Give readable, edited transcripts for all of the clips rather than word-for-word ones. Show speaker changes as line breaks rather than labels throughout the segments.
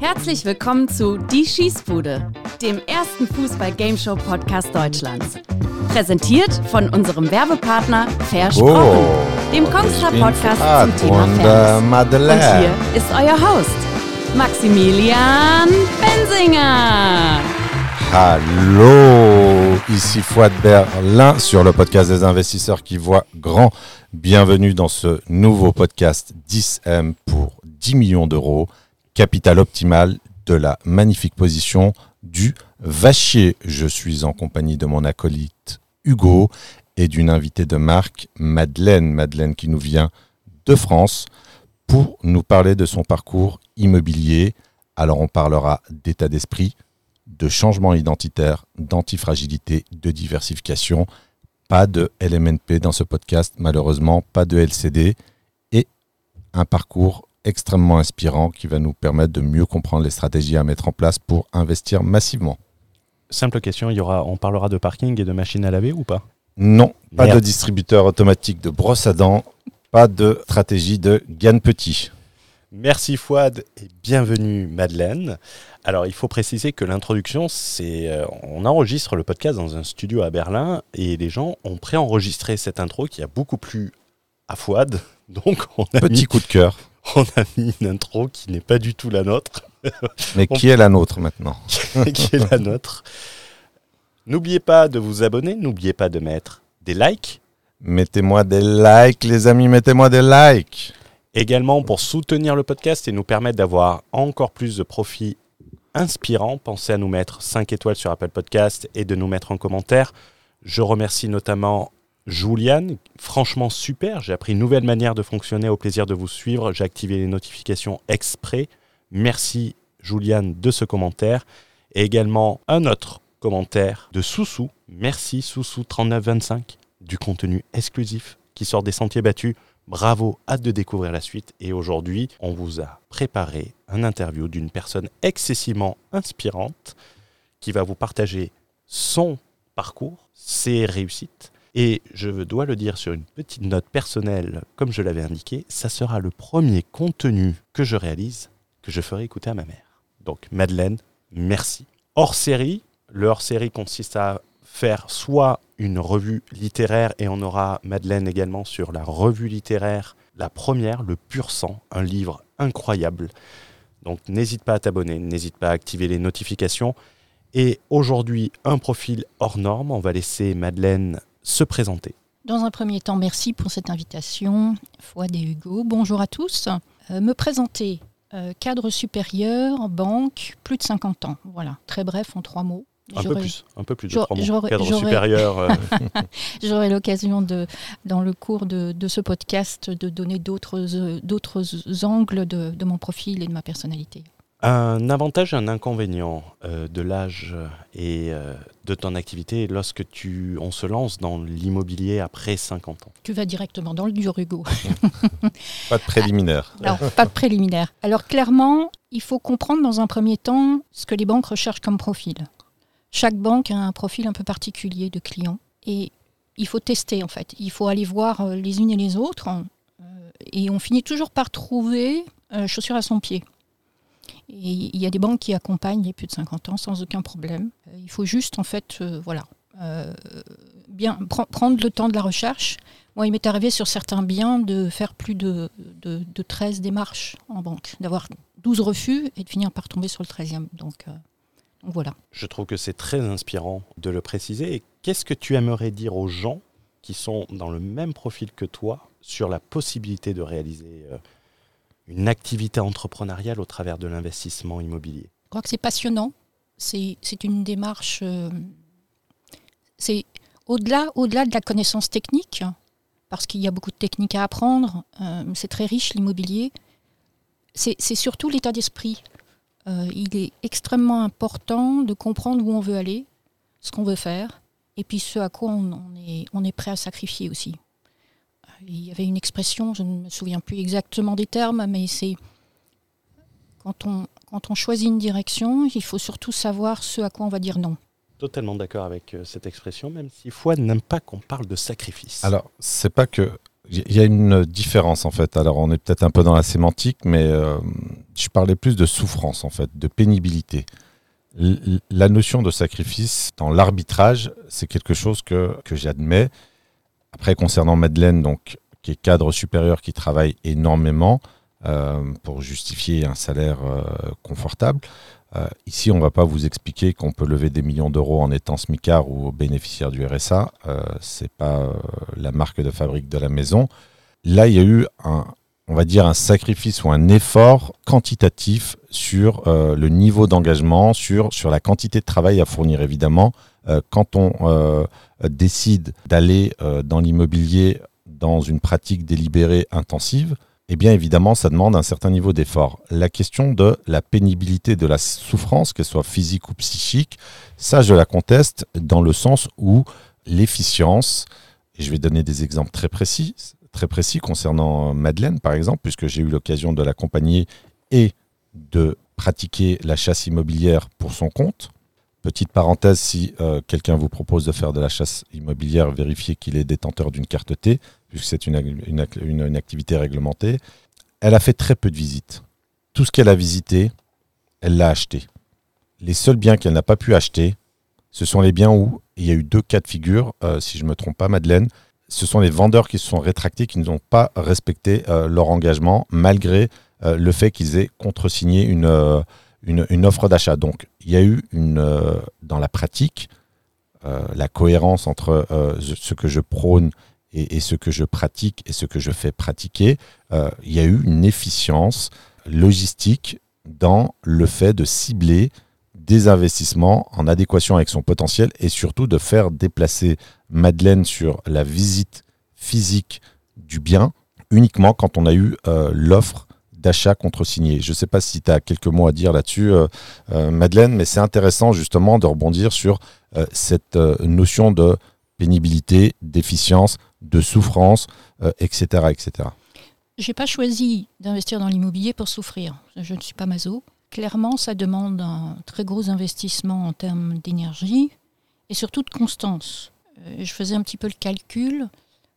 Herzlich willkommen zu Die Schießbude, dem ersten Fußball-Gameshow-Podcast Deutschlands. Präsentiert von unserem Werbepartner Versprochen, dem Kongstar-Podcast zum Thema Fans.
Madeleine.
Und hier ist euer Host, Maximilian Benzinger.
Allô, ici Fouad Berlin sur le podcast des investisseurs qui voient grand. Bienvenue dans ce nouveau podcast 10M pour 10 millions d'euros. Capital optimal de la magnifique position du Vachier. Je suis en compagnie de mon acolyte Hugo et d'une invitée de marque, Madeleine. Madeleine qui nous vient de France pour nous parler de son parcours immobilier. Alors on parlera d'état d'esprit, de changement identitaire, d'antifragilité, de diversification. Pas de LMNP dans ce podcast, malheureusement, pas de LCD et un parcours extrêmement inspirant qui va nous permettre de mieux comprendre les stratégies à mettre en place pour investir massivement.
Simple question, on parlera de parking et de machine à laver ou pas ?
Non, pas de distributeur automatique de brosse à dents, pas de stratégie de gain petit.
Merci Fouad et bienvenue Madeleine. Alors il faut préciser que l'introduction, on enregistre le podcast dans un studio à Berlin et les gens ont préenregistré cette intro qui a beaucoup plu à Fouad. Donc on a
coup de cœur.
On a mis une intro qui n'est pas du tout la nôtre.
Mais qui est la nôtre maintenant ?
Qui est la nôtre. N'oubliez pas de vous abonner, n'oubliez pas de mettre des likes.
Mettez-moi des likes les amis, mettez-moi des likes.
Également pour soutenir le podcast et nous permettre d'avoir encore plus de profits inspirants, pensez à nous mettre 5 étoiles sur Apple Podcast et de nous mettre en commentaire. Je remercie notamment Juliane, franchement super, j'ai appris une nouvelle manière de fonctionner, au plaisir de vous suivre, j'ai activé les notifications exprès. Merci Juliane de ce commentaire. Et également un autre commentaire de Soussou, merci Soussou3925, du contenu exclusif qui sort des sentiers battus. Bravo, hâte de découvrir la suite. Et aujourd'hui, on vous a préparé un interview d'une personne excessivement inspirante qui va vous partager son parcours, ses réussites. Et je dois le dire sur une petite note personnelle, comme je l'avais indiqué, ça sera le premier contenu que je réalise, que je ferai écouter à ma mère. Donc Madeleine, merci. Hors-série, le hors-série consiste à faire soit une revue littéraire, et on aura Madeleine également sur la revue littéraire, la première, le Pur Sang, un livre incroyable. Donc n'hésite pas à t'abonner, n'hésite pas à activer les notifications. Et aujourd'hui, un profil hors norme, on va laisser Madeleine se présenter.
Dans un premier temps, merci pour cette invitation, Fouad et Hugo. Bonjour à tous. Me présenter, cadre supérieur, banque, plus de 50 ans. Voilà, très bref en 3 mots.
Un peu plus de 3 mots. Cadre supérieur.
J'aurai l'occasion, dans le cours de ce podcast, de donner d'autres angles de mon profil et de ma personnalité.
Un avantage et un inconvénient de l'âge et de ton activité lorsque on se lance dans l'immobilier après 50 ans.
Tu vas directement dans le dur, Hugo.
Pas de préliminaire.
Non, pas de préliminaire. Alors clairement, il faut comprendre dans un premier temps ce que les banques recherchent comme profil. Chaque banque a un profil un peu particulier de client et il faut tester en fait. Il faut aller voir les unes et les autres et on finit toujours par trouver chaussure à son pied. Et il y a des banques qui accompagnent les plus de 50 ans sans aucun problème. Il faut juste, en fait, bien prendre le temps de la recherche. Moi, il m'est arrivé sur certains biens de faire plus de 13 démarches en banque, d'avoir 12 refus et de finir par tomber sur le 13e. Donc voilà.
Je trouve que c'est très inspirant de le préciser. Et qu'est-ce que tu aimerais dire aux gens qui sont dans le même profil que toi sur la possibilité de réaliser une activité entrepreneuriale au travers de l'investissement immobilier?
Je crois que c'est passionnant. C'est une démarche... c'est au-delà de la connaissance technique, parce qu'il y a beaucoup de techniques à apprendre. C'est très riche l'immobilier. C'est surtout l'état d'esprit. Il est extrêmement important de comprendre où on veut aller, ce qu'on veut faire, et puis ce à quoi on est prêt à sacrifier aussi. Il y avait une expression, je ne me souviens plus exactement des termes, mais c'est quand on choisit une direction, il faut surtout savoir ce à quoi on va dire non.
Totalement d'accord avec cette expression, même si Fouad n'aime pas qu'on parle de sacrifice.
Alors, c'est pas que Il y a une différence en fait. Alors on est peut-être un peu dans la sémantique, mais je parlais plus de souffrance en fait, de pénibilité. La notion de sacrifice dans l'arbitrage, c'est quelque chose que j'admets. Après, concernant Madeleine, donc, qui est cadre supérieur, qui travaille énormément pour justifier un salaire confortable, ici, on ne va pas vous expliquer qu'on peut lever des millions d'euros en étant smicard ou bénéficiaire du RSA. Ce n'est pas la marque de fabrique de la maison. Là, il y a eu un sacrifice ou un effort quantitatif sur le niveau d'engagement, sur la quantité de travail à fournir, évidemment. Quand on décide d'aller dans l'immobilier dans une pratique délibérée intensive, eh bien évidemment, ça demande un certain niveau d'effort. La question de la pénibilité, de la souffrance, qu'elle soit physique ou psychique, ça je la conteste dans le sens où l'efficience, et je vais donner des exemples très précis concernant Madeleine par exemple, puisque j'ai eu l'occasion de l'accompagner et de pratiquer la chasse immobilière pour son compte. Petite parenthèse, si quelqu'un vous propose de faire de la chasse immobilière, vérifiez qu'il est détenteur d'une carte T, puisque c'est une activité réglementée. Elle a fait très peu de visites. Tout ce qu'elle a visité, elle l'a acheté. Les seuls biens qu'elle n'a pas pu acheter, ce sont les biens où il y a eu 2 cas de figure, si je ne me trompe pas, Madeleine. Ce sont les vendeurs qui se sont rétractés, qui n'ont pas respecté leur engagement, malgré le fait qu'ils aient contresigné une offre d'achat. Donc, il y a eu dans la pratique, la cohérence entre ce que je prône et ce que je pratique et ce que je fais pratiquer. Il y a eu une efficience logistique dans le fait de cibler des investissements en adéquation avec son potentiel et surtout de faire déplacer Madeleine sur la visite physique du bien uniquement quand on a eu l'offre d'achat contresigné. Je ne sais pas si tu as quelques mots à dire là-dessus, Madeleine, mais c'est intéressant justement de rebondir sur cette notion de pénibilité, d'efficience, de souffrance, etc., etc.
Je n'ai pas choisi d'investir dans l'immobilier pour souffrir. Je ne suis pas maso. Clairement, ça demande un très gros investissement en termes d'énergie et surtout de constance. Je faisais un petit peu le calcul.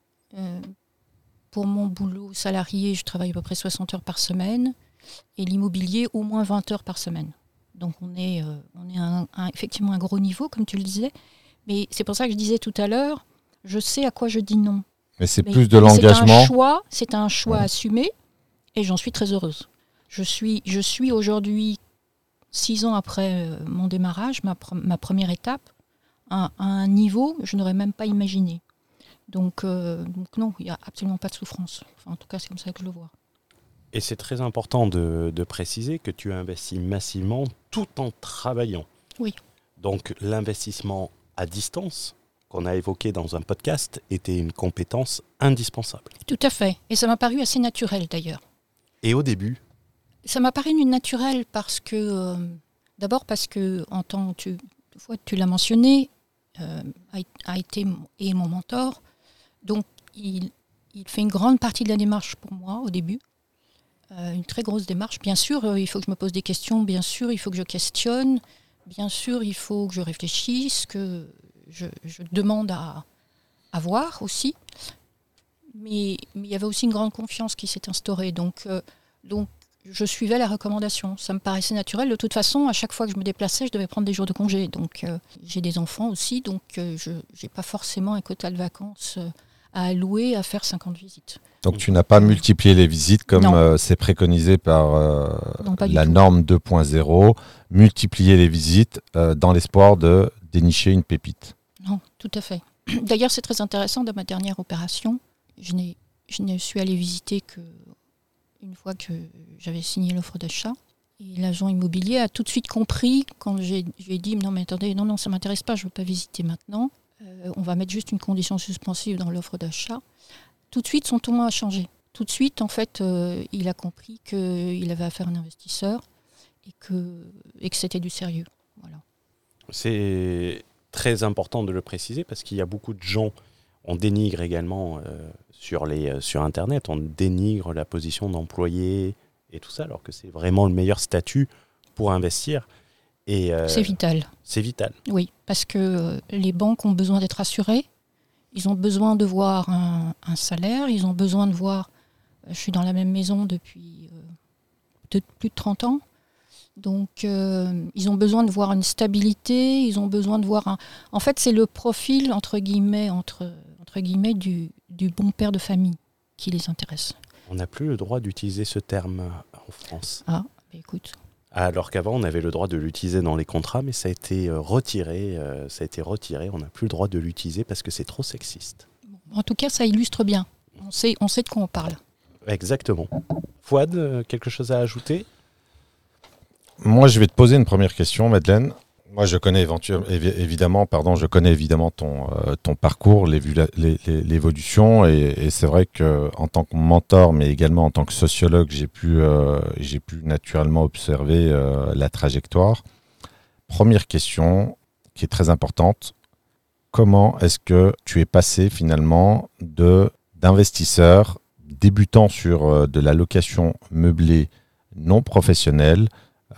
Pour mon boulot salarié, je travaille à peu près 60 heures par semaine et l'immobilier, au moins 20 heures par semaine. Donc on est effectivement à un gros niveau, comme tu le disais. Mais c'est pour ça que je disais tout à l'heure, je sais à quoi je dis non.
Mais c'est plus de l'engagement.
C'est un choix assumé et j'en suis très heureuse. Je suis aujourd'hui, 6 ans après mon démarrage, ma première étape, à un niveau que je n'aurais même pas imaginé. Donc non, il n'y a absolument pas de souffrance. Enfin, en tout cas, c'est comme ça que je le vois.
Et c'est très important de préciser que tu investis massivement tout en travaillant.
Oui.
Donc l'investissement à distance, qu'on a évoqué dans un podcast, était une compétence indispensable.
Tout à fait. Et ça m'a paru assez naturel d'ailleurs.
Et au début ?
Ça m'a paru naturel parce que, d'abord parce que, tu l'as mentionné, a été mon mentor. Donc, il fait une grande partie de la démarche pour moi au début. Une très grosse démarche. Bien sûr, il faut que je me pose des questions. Bien sûr, il faut que je questionne. Bien sûr, il faut que je réfléchisse, que je demande à voir aussi. Mais il y avait aussi une grande confiance qui s'est instaurée. Donc, je suivais la recommandation. Ça me paraissait naturel. De toute façon, à chaque fois que je me déplaçais, je devais prendre des jours de congé. Donc, j'ai des enfants aussi. Donc, je n'ai pas forcément un quota de vacances à allouer à faire 50 visites.
Donc, tu n'as pas multiplié les visites comme c'est préconisé par la norme 2.0. Multiplier les visites dans l'espoir de dénicher une pépite.
Non, tout à fait. D'ailleurs, c'est très intéressant. Dans ma dernière opération, je ne suis allée visiter que une fois que j'avais signé l'offre d'achat. Et l'agent immobilier a tout de suite compris quand je lui ai dit « Non, mais attendez, non, ça ne m'intéresse pas, je ne veux pas visiter maintenant. On va mettre juste une condition suspensive dans l'offre d'achat. » Tout de suite, son ton a changé. Tout de suite, en fait, il a compris qu'il avait affaire à un investisseur et que c'était du sérieux. Voilà.
C'est très important de le préciser parce qu'il y a beaucoup de gens, on dénigre également sur Internet, on dénigre la position d'employé et tout ça, alors que c'est vraiment le meilleur statut pour investir. Et,
c'est vital.
C'est vital.
Oui, parce que les banques ont besoin d'être assurées Ils ont besoin de voir un salaire, ils ont besoin de voir... Je suis dans la même maison depuis peut-être plus de 30 ans. Donc, ils ont besoin de voir une stabilité, ils ont besoin de voir En fait, c'est le profil, entre guillemets, du bon père de famille qui les intéresse.
On n'a plus le droit d'utiliser ce terme en France.
Ah, bah écoute.
Alors qu'avant, on avait le droit de l'utiliser dans les contrats, mais ça a été retiré. On n'a plus le droit de l'utiliser parce que c'est trop sexiste.
En tout cas, ça illustre bien. On sait de quoi on parle.
Exactement. Fouad, quelque chose à ajouter ?
Moi, je vais te poser une première question, Madeleine. Moi, je connais évidemment ton parcours, l'évolution, et c'est vrai que en tant que mentor, mais également en tant que sociologue, j'ai pu naturellement observer la trajectoire. Première question, qui est très importante. Comment est-ce que tu es passé finalement d'investisseur débutant sur de la location meublée non professionnelle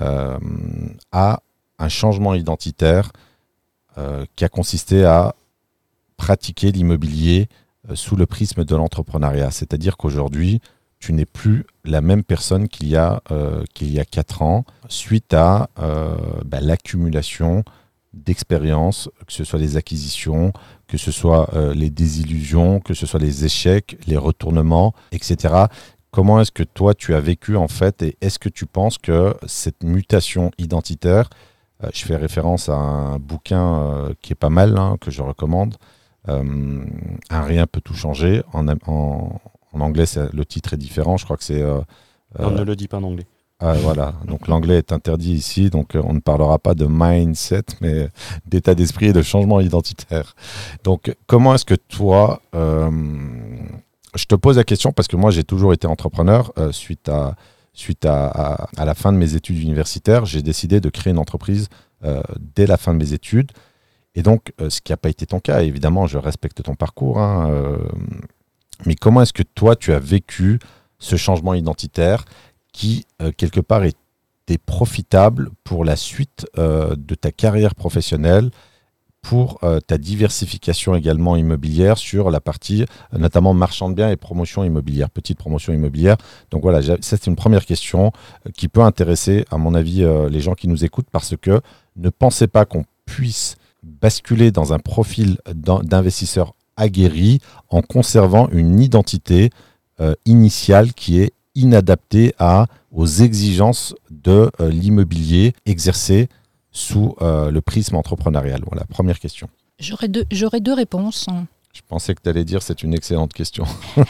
à un changement identitaire qui a consisté à pratiquer l'immobilier sous le prisme de l'entrepreneuriat. C'est-à-dire qu'aujourd'hui, tu n'es plus la même personne qu'il y a 4 ans, suite à l'accumulation d'expériences, que ce soit les acquisitions, que ce soit les désillusions, que ce soit les échecs, les retournements, etc. Comment est-ce que toi, tu as vécu en fait, et est-ce que tu penses que cette mutation identitaire, je fais référence à un bouquin qui est pas mal, que je recommande, Un rien peut tout changer. En anglais, le titre est différent, je crois que c'est...
On ne le dit pas en anglais.
Voilà, donc l'anglais est interdit ici, donc on ne parlera pas de mindset, mais d'état d'esprit et de changement identitaire. Donc comment est-ce que toi... je te pose la question parce que moi j'ai toujours été entrepreneur. Suite à la fin de mes études universitaires, j'ai décidé de créer une entreprise dès la fin de mes études. Et donc, ce qui n'a pas été ton cas, évidemment, je respecte ton parcours. Mais comment est-ce que toi, tu as vécu ce changement identitaire qui, quelque part, était profitable pour la suite de ta carrière professionnelle, pour ta diversification également immobilière sur la partie notamment marchand de biens et promotion immobilière, petite promotion immobilière. Donc voilà, ça c'est une première question qui peut intéresser à mon avis les gens qui nous écoutent, parce que ne pensez pas qu'on puisse basculer dans un profil d'investisseur aguerri en conservant une identité initiale qui est inadaptée aux exigences de l'immobilier exercé sous le prisme entrepreneurial. Voilà, première question.
J'aurais deux réponses.
Je pensais que tu allais dire c'est une excellente question.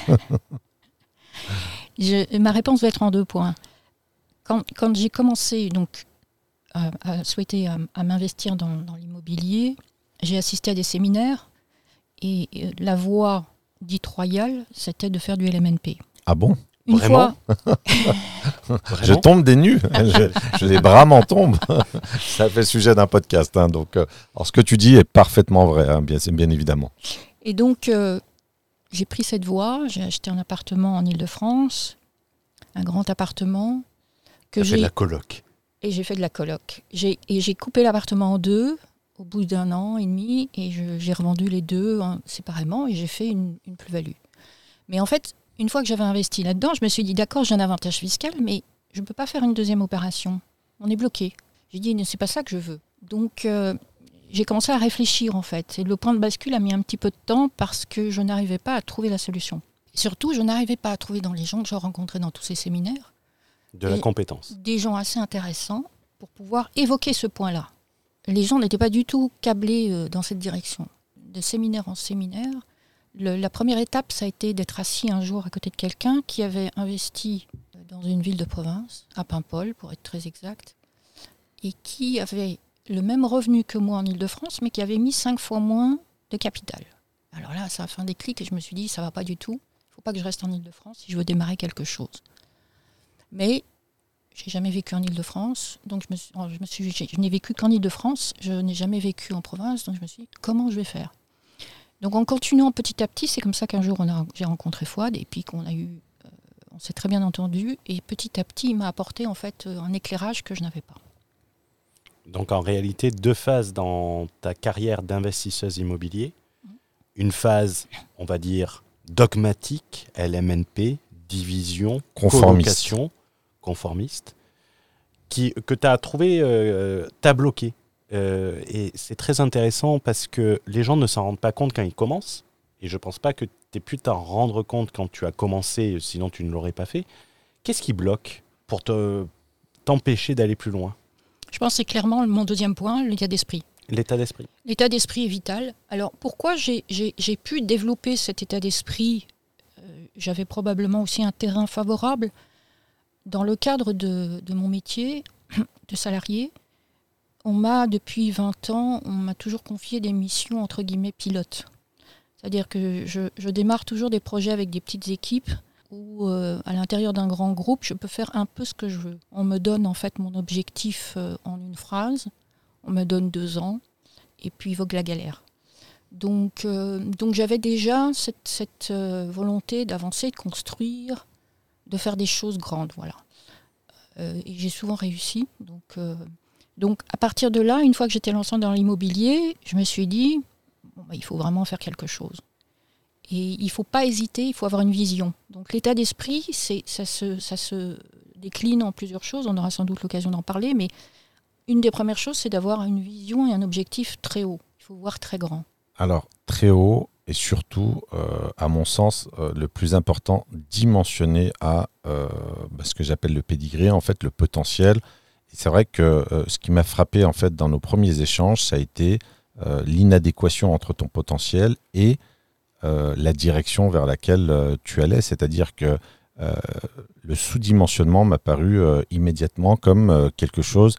Ma réponse va être en 2 points. Quand j'ai commencé donc, à souhaiter à m'investir dans l'immobilier, j'ai assisté à des séminaires et la voie dite royale, c'était de faire du LMNP.
Ah bon ?
Une
Vraiment
fois,
je tombe des nues, les bras m'en tombent. Ça fait sujet d'un podcast. Donc, alors ce que tu dis est parfaitement vrai, bien évidemment.
Et donc, j'ai pris cette voie, j'ai acheté un appartement en Ile-de-France, un grand appartement.
Tu as fait de la coloc.
Et j'ai fait de la coloc. J'ai coupé l'appartement en 2 au bout d'1 an et demi, et j'ai revendu les 2 séparément, et j'ai fait une plus-value. Mais en fait, une fois que j'avais investi là-dedans, je me suis dit, d'accord, j'ai un avantage fiscal, mais je ne peux pas faire une deuxième opération. On est bloqué. J'ai dit, c'est pas ça que je veux. Donc, j'ai commencé à réfléchir, en fait. Et le point de bascule a mis un petit peu de temps parce que je n'arrivais pas à trouver la solution. Et surtout, je n'arrivais pas à trouver dans les gens que je rencontrais dans tous ces séminaires
de la compétence.
Des gens assez intéressants pour pouvoir évoquer ce point-là. Les gens n'étaient pas du tout câblés dans cette direction. De séminaire en séminaire, la première étape, ça a été d'être assis un jour à côté de quelqu'un qui avait investi dans une ville de province, à Paimpol pour être très exact, et qui avait le même revenu que moi en Ile-de-France, mais qui avait mis 5 fois moins de capital. Alors là, ça a fait un déclic et je me suis dit, ça ne va pas du tout. Il ne faut pas que je reste en Ile-de-France si je veux démarrer quelque chose. Mais je n'ai jamais vécu en Ile-de-France, donc je n'ai vécu qu'en Ile-de-France, je n'ai jamais vécu en province, donc je me suis dit, comment je vais faire ? Donc en continuant petit à petit, c'est comme ça qu'un jour j'ai rencontré Fouad, et puis on s'est très bien entendu, et petit à petit il m'a apporté en fait un éclairage que je n'avais pas.
Donc en réalité, 2 phases dans ta carrière d'investisseuse immobilier. une phase, on va dire, dogmatique, LMNP, division,
Conformiste.
colocation, conformiste, que tu as trouvé, t'as bloqué. Et c'est très intéressant parce que les gens ne s'en rendent pas compte quand ils commencent. Et je ne pense pas que tu aies pu t'en rendre compte quand tu as commencé, sinon tu ne l'aurais pas fait. Qu'est-ce qui bloque pour t'empêcher d'aller plus loin ?
Je pense que c'est clairement mon deuxième point, l'état d'esprit.
L'état d'esprit.
L'état d'esprit est vital. Alors pourquoi j'ai pu développer cet état d'esprit ? J'avais probablement aussi un terrain favorable. Dans le cadre de mon métier de salarié, depuis 20 ans, on m'a toujours confié des missions entre guillemets pilotes. C'est-à-dire que je démarre toujours des projets avec des petites équipes où à l'intérieur d'un grand groupe, je peux faire un peu ce que je veux. On me donne en fait mon objectif en une phrase, on me donne 2 ans, et puis vogue la galère. Donc j'avais déjà cette volonté d'avancer, de construire, de faire des choses grandes, voilà. Et j'ai souvent réussi. Donc à partir de là, une fois que j'étais lancée dans l'immobilier, je me suis dit, il faut vraiment faire quelque chose. Et il ne faut pas hésiter, il faut avoir une vision. Donc l'état d'esprit, ça se décline en plusieurs choses, on aura sans doute l'occasion d'en parler, mais une des premières choses, c'est d'avoir une vision et un objectif très haut. Il faut voir très grand. Alors,
très haut et surtout, à mon sens, le plus important, dimensionné à ce que j'appelle le pédigré, en fait, le potentiel. Et c'est vrai que ce qui m'a frappé en fait, dans nos premiers échanges, ça a été l'inadéquation entre ton potentiel et la direction vers laquelle tu allais. C'est-à-dire que le sous-dimensionnement m'a paru immédiatement comme quelque chose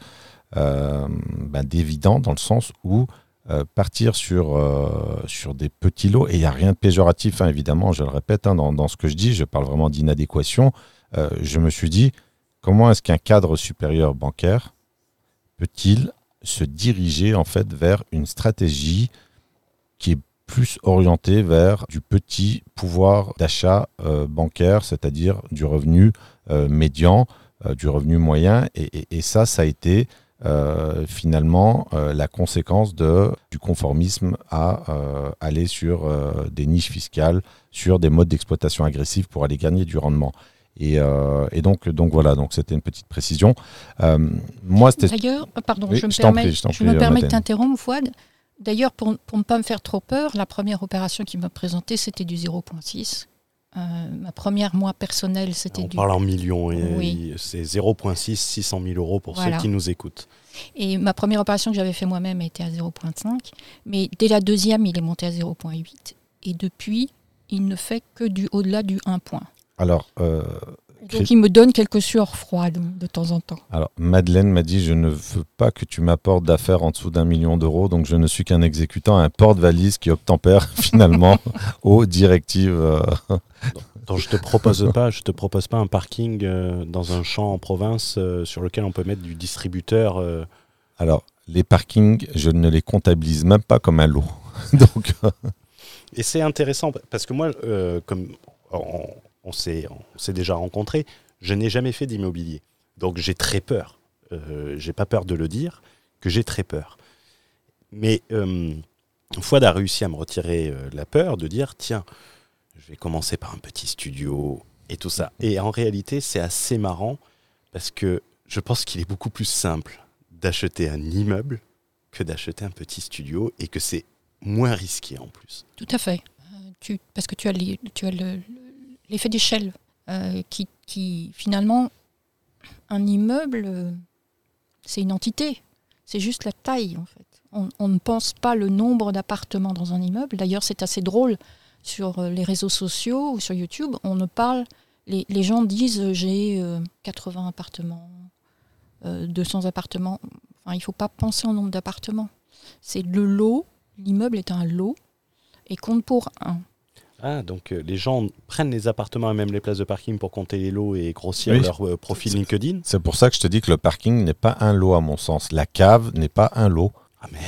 d'évident, dans le sens où partir sur des petits lots, et il n'y a rien de péjoratif, évidemment, je le répète, dans ce que je dis, je parle vraiment d'inadéquation. Je me suis dit, comment est-ce qu'un cadre supérieur bancaire peut-il se diriger en fait vers une stratégie qui est plus orientée vers du petit pouvoir d'achat bancaire, c'est-à-dire du revenu médian, du revenu moyen, et ça a été finalement la conséquence du conformisme à aller sur des niches fiscales, sur des modes d'exploitation agressifs pour aller gagner du rendement. Et donc voilà, donc c'était une petite précision. Moi, c'était...
D'ailleurs, pardon,
oui,
je me permets de
Madeleine.
t'interrompre, Fouad. D'ailleurs, pour ne pas me faire trop peur, la première opération qu'il m'a présentée, c'était du 0,6. Ma première, moi, personnelle, c'était
On parle en millions, oui. C'est 0,6, 600 000 euros pour ceux qui nous écoutent.
Et ma première opération que j'avais fait moi-même était à 0,5. Mais dès la deuxième, il est monté à 0,8. Et depuis, il ne fait que au-delà du 1 point.
Alors,
donc il me donne quelques sueurs froides de temps en temps.
Alors, Madeleine m'a dit, je ne veux pas que tu m'apportes d'affaires en dessous d'1 million d'euros, donc je ne suis qu'un exécutant, un porte-valise qui obtempère finalement aux directives.
Donc je te propose pas un parking dans un champ en province sur lequel on peut mettre du distributeur.
Alors, les parkings, je ne les comptabilise même pas comme un lot. Donc,
et c'est intéressant parce que moi, comme on s'est déjà rencontrés, je n'ai jamais fait d'immobilier. Donc j'ai très peur. J'ai pas peur de le dire, que j'ai très peur. Mais Fouad a réussi à me retirer la peur de dire, tiens, je vais commencer par un petit studio et tout ça. Et en réalité, c'est assez marrant parce que je pense qu'il est beaucoup plus simple d'acheter un immeuble que d'acheter un petit studio et que c'est moins risqué en plus.
Tout à fait. Parce que tu as l'effet d'échelle qui finalement, un immeuble, c'est une entité. C'est juste la taille, en fait. On ne pense pas le nombre d'appartements dans un immeuble. D'ailleurs, c'est assez drôle. Sur les réseaux sociaux ou sur YouTube, on ne parle... Les gens disent j'ai 80 appartements, 200 appartements. Enfin, il ne faut pas penser au nombre d'appartements. C'est le lot. L'immeuble est un lot et compte pour un.
Ah, donc les gens prennent les appartements et même les places de parking pour compter les lots et grossir leur profil LinkedIn.
C'est pour ça que je te dis que le parking n'est pas un lot à mon sens. La cave n'est pas un lot.
Ah merde, moi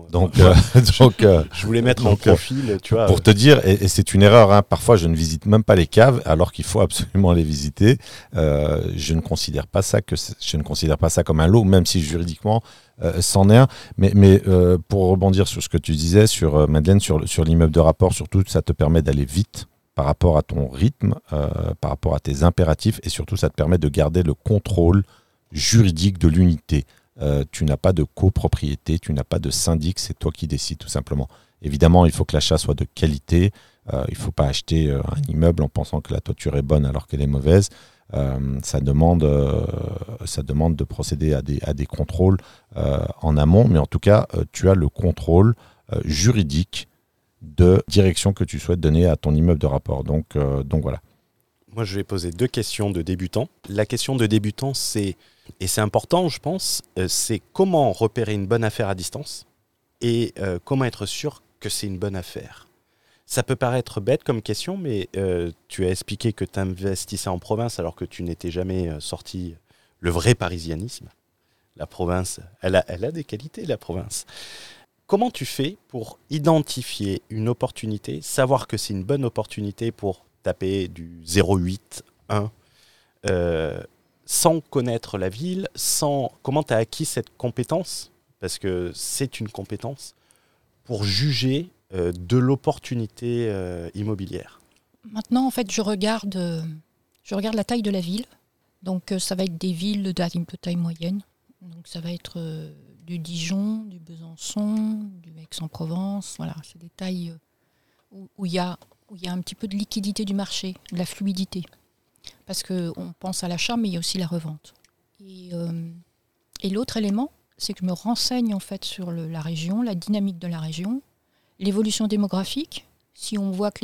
Donc,
je voulais mettre en profil, tu vois.
Pour te dire, et c'est une erreur, hein, parfois je ne visite même pas les caves alors qu'il faut absolument les visiter. Je ne considère pas ça comme un lot, même si juridiquement c'en est un. Mais pour rebondir sur ce que tu disais, sur Madeleine, sur l'immeuble de rapport, surtout, ça te permet d'aller vite par rapport à ton rythme, par rapport à tes impératifs, et surtout ça te permet de garder le contrôle juridique de l'unité. Tu n'as pas de copropriété, tu n'as pas de syndic, c'est toi qui décides tout simplement. Évidemment, il faut que l'achat soit de qualité, il ne faut pas acheter un immeuble en pensant que la toiture est bonne alors qu'elle est mauvaise. Ça demande de procéder à des contrôles en amont, mais en tout cas, tu as le contrôle juridique de direction que tu souhaites donner à ton immeuble de rapport. Donc voilà.
Moi, je vais poser 2 questions de débutant. La question de débutant, c'est important, je pense, c'est comment repérer une bonne affaire à distance et comment être sûr que c'est une bonne affaire. Ça peut paraître bête comme question, mais tu as expliqué que tu investissais en province alors que tu n'étais jamais sorti le vrai parisianisme. La province, elle a des qualités, la province. Comment tu fais pour identifier une opportunité, savoir que c'est une bonne opportunité pour taper du 0,8, 1, sans connaître la ville, comment tu as acquis cette compétence, parce que c'est une compétence, pour juger de l'opportunité immobilière?
Maintenant, en fait, je regarde la taille de la ville. Donc, ça va être des villes de taille moyenne. Donc, ça va être du Dijon, du Besançon, du Aix-en-Provence. Voilà, c'est des tailles où il y a un petit peu de liquidité du marché, de la fluidité. Parce qu'on pense à l'achat, mais il y a aussi la revente. Et l'autre élément, c'est que je me renseigne en fait sur la région, la dynamique de la région, l'évolution démographique. Si on voit que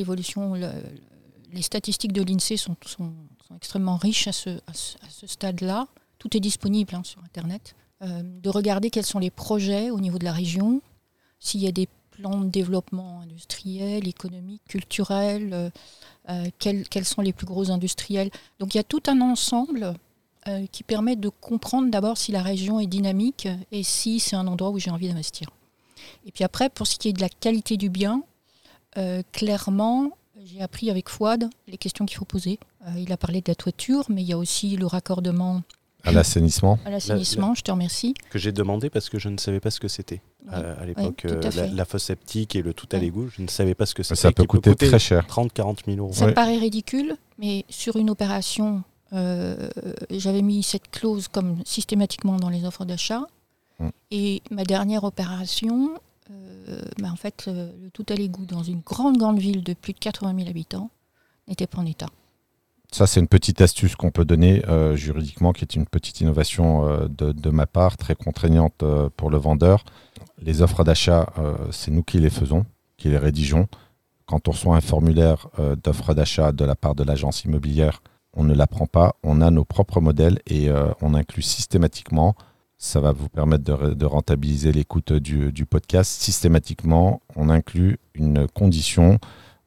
les statistiques de l'INSEE sont extrêmement riches à ce stade-là, tout est disponible sur Internet. De regarder quels sont les projets au niveau de la région, s'il y a des plans de développement industriel, économique, culturel, quels sont les plus gros industriels. Donc il y a tout un ensemble qui permet de comprendre d'abord si la région est dynamique et si c'est un endroit où j'ai envie d'investir. Et puis après, pour ce qui est de la qualité du bien, clairement, j'ai appris avec Fouad les questions qu'il faut poser. Il a parlé de la toiture, mais il y a aussi le raccordement
à l'assainissement.
Je te remercie.
Que j'ai demandé parce que je ne savais pas ce que c'était. À l'époque, la fosse septique et le tout à l'égout, je ne savais pas ce que c'était.
Ça peut coûter très cher.
30-40 000 euros.
Ça paraît ridicule, mais sur une opération, j'avais mis cette clause comme systématiquement dans les offres d'achat. Et ma dernière opération, en fait, le tout à l'égout dans une grande ville de plus de 80 000 habitants n'était pas en état.
Ça, c'est une petite astuce qu'on peut donner juridiquement, qui est une petite innovation de ma part, très contraignante pour le vendeur. Les offres d'achat, c'est nous qui les faisons, qui les rédigeons. Quand on reçoit un formulaire d'offre d'achat de la part de l'agence immobilière, on ne l'apprend pas. On a nos propres modèles et on inclut systématiquement, ça va vous permettre de rentabiliser l'écoute du podcast, systématiquement, on inclut une condition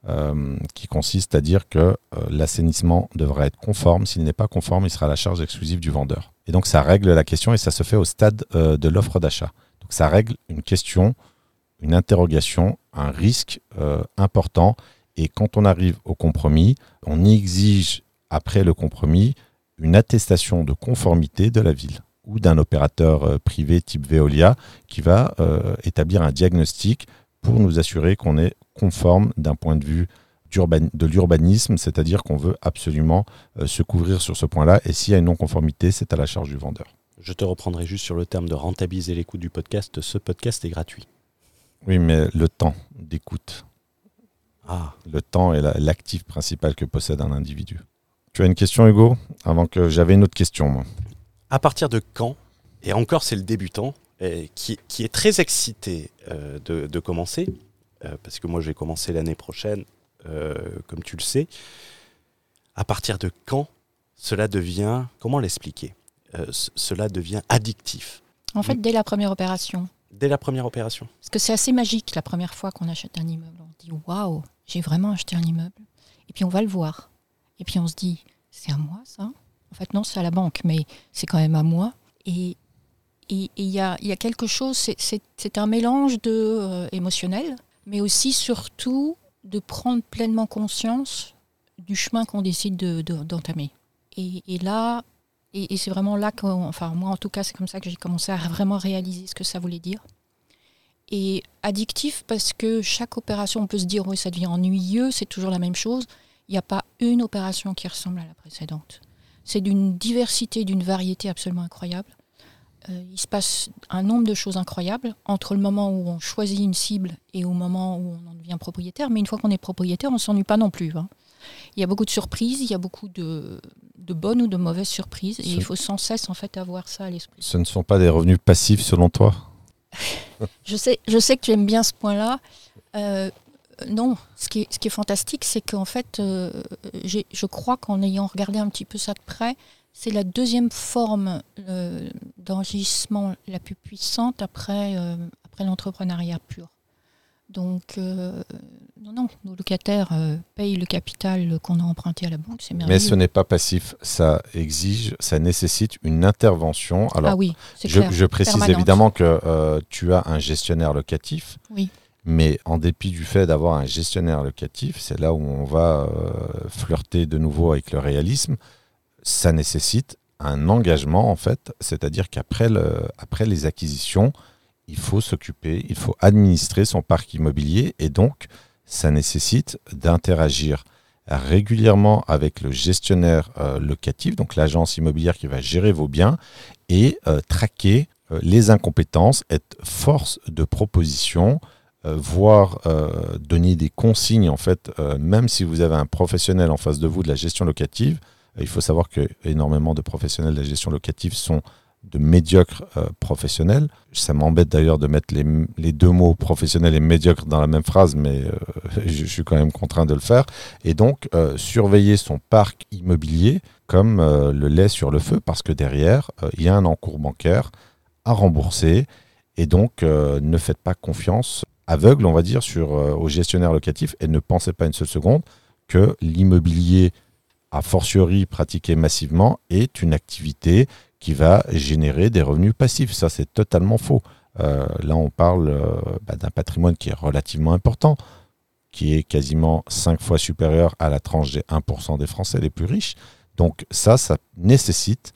qui consiste à dire que l'assainissement devrait être conforme. S'il n'est pas conforme, il sera à la charge exclusive du vendeur. Et donc ça règle la question et ça se fait au stade de l'offre d'achat. Donc ça règle une question, une interrogation, un risque important. Et quand on arrive au compromis, on exige après le compromis une attestation de conformité de la ville ou d'un opérateur privé type Veolia qui va établir un diagnostic pour nous assurer qu'on est conforme d'un point de vue de l'urbanisme, c'est-à-dire qu'on veut absolument se couvrir sur ce point-là. Et s'il y a une non-conformité, c'est à la charge du vendeur.
Je te reprendrai juste sur le terme de rentabiliser les coûts du podcast. Ce podcast est gratuit.
Oui, mais le temps d'écoute. Le temps est l'actif principal que possède un individu. Tu as une question, Hugo ? Avant que j'avais une autre question, moi.
À partir de quand, et encore c'est le débutant, qui est très excité de commencer, parce que moi je vais commencer l'année prochaine, comme tu le sais, à partir de quand cela devient, comment l'expliquer, cela devient addictif?
En fait, dès la première opération.
Dès la première opération.
Parce que c'est assez magique la première fois qu'on achète un immeuble. On se dit, waouh, j'ai vraiment acheté un immeuble. Et puis on va le voir. Et puis on se dit, c'est à moi ça ? En fait non, c'est à la banque, mais c'est quand même à moi. Et Et il y a quelque chose, c'est un mélange de émotionnel, mais aussi surtout de prendre pleinement conscience du chemin qu'on décide d'entamer. Et là, et c'est vraiment là que, enfin moi en tout cas, c'est comme ça que j'ai commencé à vraiment réaliser ce que ça voulait dire. Et addictif parce que chaque opération, on peut se dire oui, ça devient ennuyeux, c'est toujours la même chose. Il n'y a pas une opération qui ressemble à la précédente. C'est d'une diversité, d'une variété absolument incroyable. Il se passe un nombre de choses incroyables entre le moment où on choisit une cible et au moment où on en devient propriétaire. Mais une fois qu'on est propriétaire, on ne s'ennuie pas non plus. Il y a beaucoup de surprises, il y a beaucoup de bonnes ou de mauvaises surprises. Et il faut sans cesse en fait avoir ça à l'esprit.
Ce ne sont pas des revenus passifs selon toi ?
Je sais que tu aimes bien ce point-là. Non, ce qui est fantastique, c'est qu'en fait, je crois qu'en ayant regardé un petit peu ça de près, c'est la deuxième forme d'enrichissement la plus puissante après l'entrepreneuriat pur. Donc, non, nos locataires payent le capital qu'on a emprunté à la banque, c'est merveilleux.
Mais ce n'est pas passif, ça nécessite une intervention. Alors,
oui, c'est clair.
Je précise
permanente.
évidemment que tu as un gestionnaire locatif.
Oui.
Mais en dépit du fait d'avoir un gestionnaire locatif, c'est là où on va flirter de nouveau avec le réalisme. Ça nécessite un engagement, en fait, c'est-à-dire qu'après les acquisitions, il faut s'occuper, il faut administrer son parc immobilier et donc ça nécessite d'interagir régulièrement avec le gestionnaire locatif, donc l'agence immobilière qui va gérer vos biens et traquer les incompétences, être force de proposition, voire donner des consignes, en fait, même si vous avez un professionnel en face de vous de la gestion locative. Il faut savoir que énormément de professionnels de la gestion locative sont de médiocres professionnels. Ça m'embête d'ailleurs de mettre les deux mots professionnel et médiocre dans la même phrase, mais je suis quand même contraint de le faire. Et donc, surveiller son parc immobilier comme le lait sur le feu, parce que derrière, il y a un encours bancaire à rembourser. Et donc, ne faites pas confiance aveugle, on va dire, au gestionnaire locatif et ne pensez pas une seule seconde que l'immobilier, a fortiori pratiqué massivement, est une activité qui va générer des revenus passifs. Ça, c'est totalement faux. Là, on parle d'un patrimoine qui est relativement important, qui est quasiment 5 fois supérieur à la tranche des 1% des Français les plus riches. Donc ça nécessite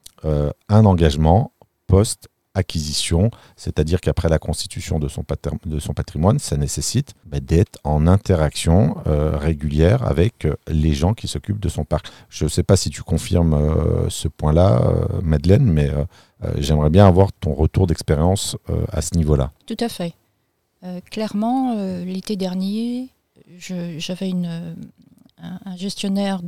un engagement post-acquisition, c'est-à-dire qu'après la constitution de son patrimoine, ça nécessite d'être en interaction régulière avec les gens qui s'occupent de son parc. Je ne sais pas si tu confirmes ce point-là, Madeleine, mais j'aimerais bien avoir ton retour d'expérience à ce niveau-là.
Tout à fait. Clairement, l'été dernier, j'avais un gestionnaire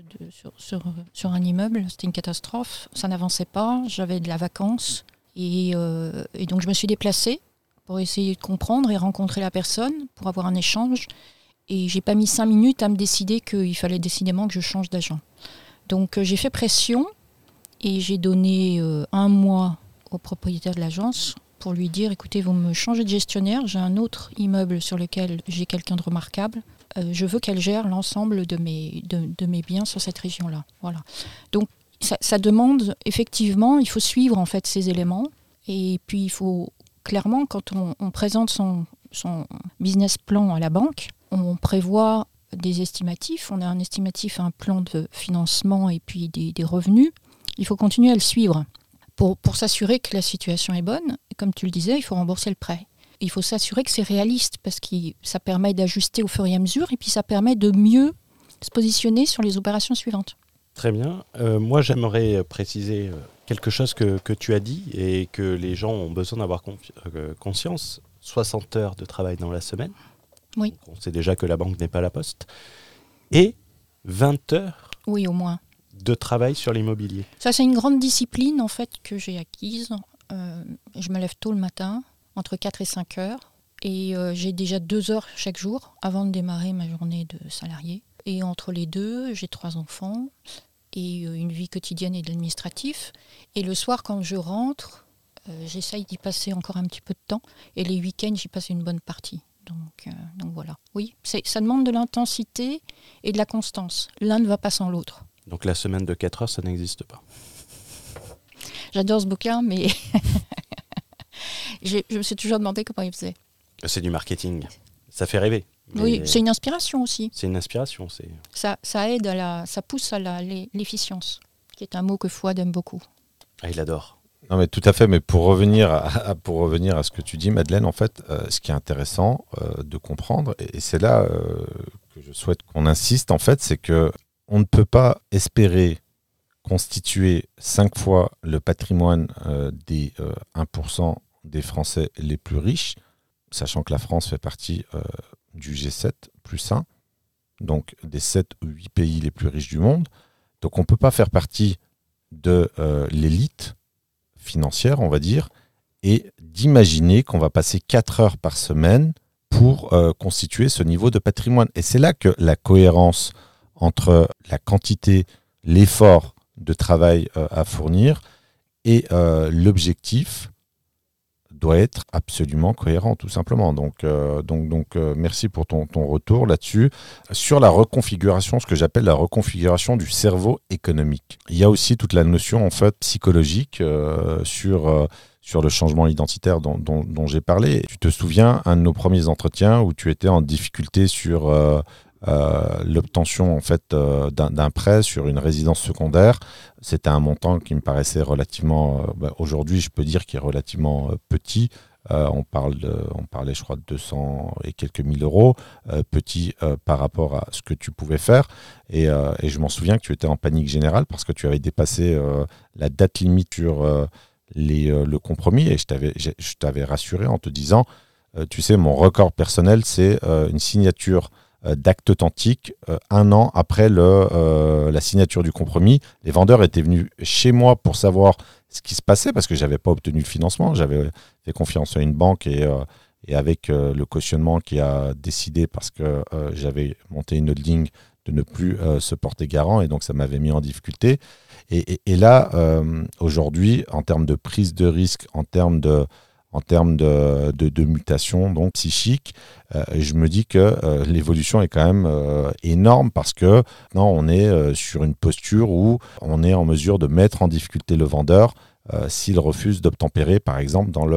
sur un immeuble, c'était une catastrophe, ça n'avançait pas, j'avais de la vacance et donc je me suis déplacée pour essayer de comprendre et rencontrer la personne, pour avoir un échange, et j'ai pas mis 5 minutes à me décider qu'il fallait décidément que je change d'agent. Donc j'ai fait pression et j'ai donné 1 mois au propriétaire de l'agence pour lui dire, écoutez, vous me changez de gestionnaire, j'ai un autre immeuble sur lequel j'ai quelqu'un de remarquable, je veux qu'elle gère l'ensemble de mes biens sur cette région-là. Voilà. Donc ça demande, effectivement, il faut suivre en fait ces éléments, et puis il faut, clairement, quand on présente son business plan à la banque, on prévoit des estimatifs, on a un estimatif, un plan de financement et puis des revenus, il faut continuer à le suivre. Pour s'assurer que la situation est bonne, comme tu le disais, il faut rembourser le prêt. Il faut s'assurer que c'est réaliste, parce que ça permet d'ajuster au fur et à mesure, et puis ça permet de mieux se positionner sur les opérations suivantes.
Très bien. Moi, j'aimerais préciser quelque chose que tu as dit et que les gens ont besoin d'avoir conscience. 60 heures de travail dans la semaine.
Oui.
On sait déjà que la banque n'est pas la poste. Et 20 heures
oui, au moins.
De travail sur l'immobilier.
Ça, c'est une grande discipline, en fait, que j'ai acquise. Je me lève tôt le matin, entre 4 et 5 heures. Et j'ai déjà 2 heures chaque jour avant de démarrer ma journée de salarié. Et entre les deux, j'ai 3 enfants et une vie quotidienne et de l'administratif. Et le soir, quand je rentre, j'essaye d'y passer encore un petit peu de temps. Et les week-ends, j'y passe une bonne partie. Donc voilà. Oui, ça demande de l'intensité et de la constance. L'un ne va pas sans l'autre.
Donc la semaine de 4 heures, ça n'existe pas.
J'adore ce bouquin, mais Je me suis toujours demandé comment il faisait.
C'est du marketing. Ça fait rêver.
Oui, c'est une inspiration aussi.
C'est une inspiration.
Ça aide ça pousse à l'efficience, qui est un mot que Fouad aime beaucoup.
Ah, il adore.
Non, mais tout à fait. Mais pour revenir à ce que tu dis, Madeleine, en fait, ce qui est intéressant de comprendre, et c'est là que je souhaite qu'on insiste, en fait, c'est que on ne peut pas espérer constituer 5 fois le patrimoine des 1% des Français les plus riches, sachant que la France fait partie du G7 plus 1, donc des 7 ou 8 pays les plus riches du monde. Donc on ne peut pas faire partie de l'élite financière, on va dire, et d'imaginer qu'on va passer 4 heures par semaine pour constituer ce niveau de patrimoine. Et c'est là que la cohérence entre la quantité, l'effort de travail à fournir et l'objectif doit être absolument cohérent, tout simplement. Donc, merci pour ton retour là-dessus. Sur la reconfiguration, ce que j'appelle la reconfiguration du cerveau économique. Il y a aussi toute la notion en fait psychologique sur le changement identitaire dont j'ai parlé. Tu te souviens, un de nos premiers entretiens où tu étais en difficulté sur l'obtention en fait d'un prêt sur une résidence secondaire. C'était un montant qui me paraissait relativement, aujourd'hui je peux dire qu'il est relativement petit. On parlait je crois de 200 et quelques mille euros, petit par rapport à ce que tu pouvais faire. Et je m'en souviens que tu étais en panique générale parce que tu avais dépassé la date limite sur le compromis, et je t'avais rassuré en te disant, tu sais, mon record personnel, c'est une signature d'acte authentique 1 an après la signature du compromis. Les vendeurs étaient venus chez moi pour savoir ce qui se passait parce que je n'avais pas obtenu le financement. J'avais fait confiance à une banque et avec le cautionnement qui a décidé, parce que j'avais monté une holding, de ne plus se porter garant, et donc ça m'avait mis en difficulté. Et là, aujourd'hui, en termes de prise de risque, en termes de mutation donc psychique, je me dis que l'évolution est quand même énorme, parce que non, on est sur une posture où on est en mesure de mettre en difficulté le vendeur s'il refuse d'obtempérer, par exemple, dans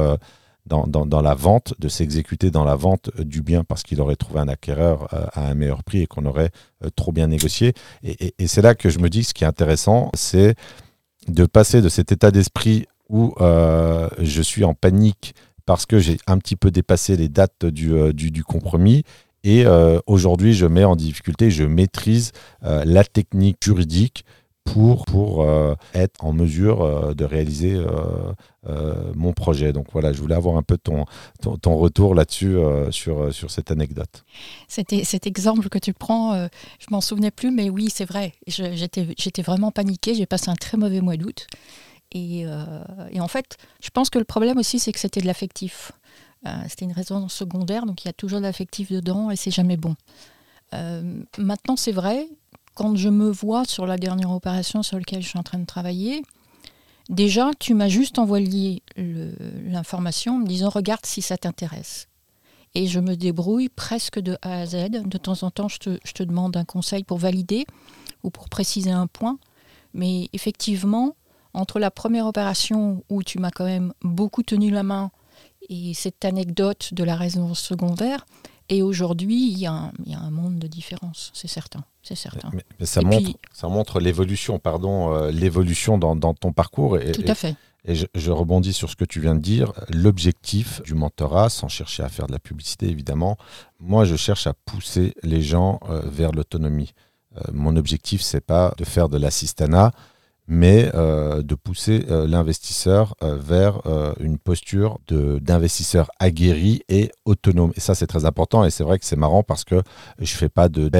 la vente, de s'exécuter dans la vente du bien parce qu'il aurait trouvé un acquéreur à un meilleur prix et qu'on aurait trop bien négocié. Et c'est là que je me dis que ce qui est intéressant, c'est de passer de cet état d'esprit où je suis en panique parce que j'ai un petit peu dépassé les dates du compromis, et aujourd'hui je mets en difficulté, je maîtrise la technique juridique pour être en mesure de réaliser mon projet. Donc voilà, je voulais avoir un peu ton retour là-dessus sur cette anecdote.
Cet exemple que tu prends, je m'en souvenais plus, mais oui, c'est vrai. J'étais vraiment paniquée, j'ai passé un très mauvais mois d'août. Et en fait, je pense que le problème aussi, c'est que c'était de l'affectif. C'était une raison secondaire, donc il y a toujours de l'affectif dedans et c'est jamais bon. Maintenant, c'est vrai, quand je me vois sur la dernière opération sur laquelle je suis en train de travailler, déjà, tu m'as juste envoyé l'information en me disant « Regarde si ça t'intéresse ». Et je me débrouille presque de A à Z. De temps en temps, je te demande un conseil pour valider ou pour préciser un point. Mais effectivement, entre la première opération où tu m'as quand même beaucoup tenu la main et cette anecdote de la résidence secondaire, et aujourd'hui, il y a un monde de différence, c'est certain. Mais
ça montre l'évolution, l'évolution dans ton parcours.
Tout à fait.
Et je rebondis sur ce que tu viens de dire. L'objectif du mentorat, sans chercher à faire de la publicité évidemment, moi je cherche à pousser les gens vers l'autonomie. Mon objectif, c'est pas de faire de l'assistanat, mais de pousser l'investisseur vers une posture d'investisseur aguerri et autonome. Et ça, c'est très important, et c'est vrai que c'est marrant parce que je ne fais pas de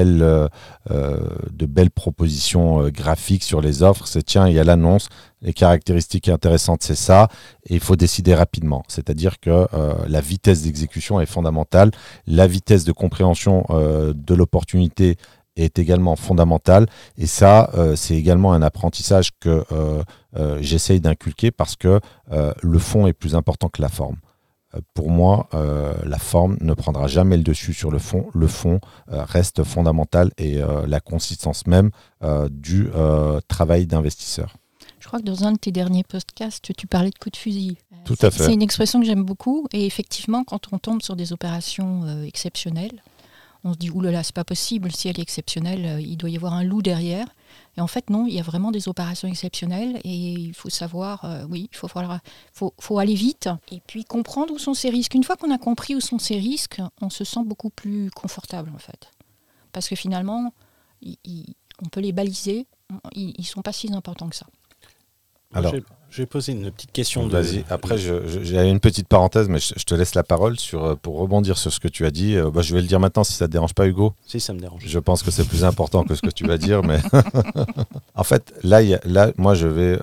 belles propositions graphiques sur les offres. C'est tiens, il y a l'annonce, les caractéristiques intéressantes, c'est ça, et il faut décider rapidement. C'est-à-dire que la vitesse d'exécution est fondamentale, la vitesse de compréhension de l'opportunité est également fondamentale, et ça c'est également un apprentissage que j'essaye d'inculquer, parce que le fond est plus important que la forme. Pour moi, la forme ne prendra jamais le dessus sur le fond. Le fond reste fondamental, et la consistance même du travail d'investisseur.
Je crois que dans un de tes derniers podcasts, tu parlais de coup de fusil.
Tout à fait.
C'est une expression que j'aime beaucoup. Et effectivement, quand on tombe sur des opérations exceptionnelles, on se dit, oulala, c'est pas possible, si elle est exceptionnelle, il doit y avoir un loup derrière. Et en fait, non, il y a vraiment des opérations exceptionnelles et il faut savoir, faut aller vite et puis comprendre où sont ces risques. Une fois qu'on a compris où sont ces risques, on se sent beaucoup plus confortable en fait. Parce que finalement, on peut les baliser, ils ne sont pas si importants que ça.
Alors, je vais poser une petite question.
Vas-y, après j'ai une petite parenthèse, mais je te laisse la parole pour rebondir sur ce que tu as dit. Je vais le dire maintenant si ça ne te dérange pas, Hugo.
Si, ça me dérange.
Je pense que c'est plus important que ce que tu vas dire. Mais en fait, là, moi je vais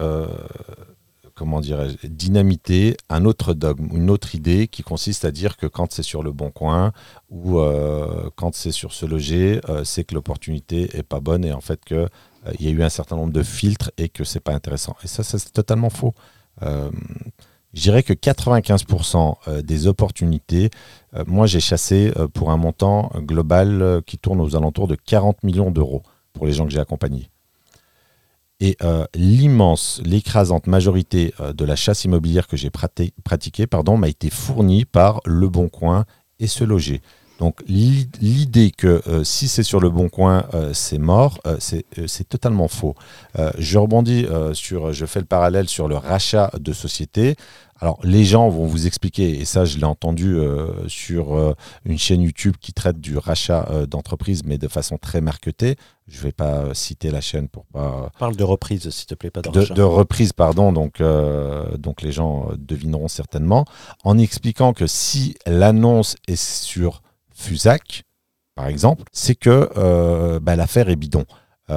dynamiter un autre dogme, une autre idée qui consiste à dire que quand c'est sur Le Bon Coin ou quand c'est sur Se Loger, c'est que l'opportunité n'est pas bonne et en fait que il y a eu un certain nombre de filtres et que c'est pas intéressant. Et ça c'est totalement faux. Je dirais que 95% des opportunités, moi j'ai chassé pour un montant global qui tourne aux alentours de 40 millions d'euros pour les gens que j'ai accompagnés. Et l'écrasante majorité de la chasse immobilière que j'ai pratiquée m'a été fournie par Le Bon Coin et Se Loger. Donc l'idée que si c'est sur Le Bon Coin, c'est mort, c'est totalement faux. Je rebondis je fais le parallèle sur le rachat de sociétés. Alors les gens vont vous expliquer, et ça je l'ai entendu sur une chaîne YouTube qui traite du rachat d'entreprise, mais de façon très marketée. Je ne vais pas citer la chaîne pour pas...
Parle de reprise, s'il te plaît, pas de rachat.
De reprise, pardon, donc les gens devineront certainement, en expliquant que si l'annonce est sur Fusac, par exemple, c'est que l'affaire est bidon.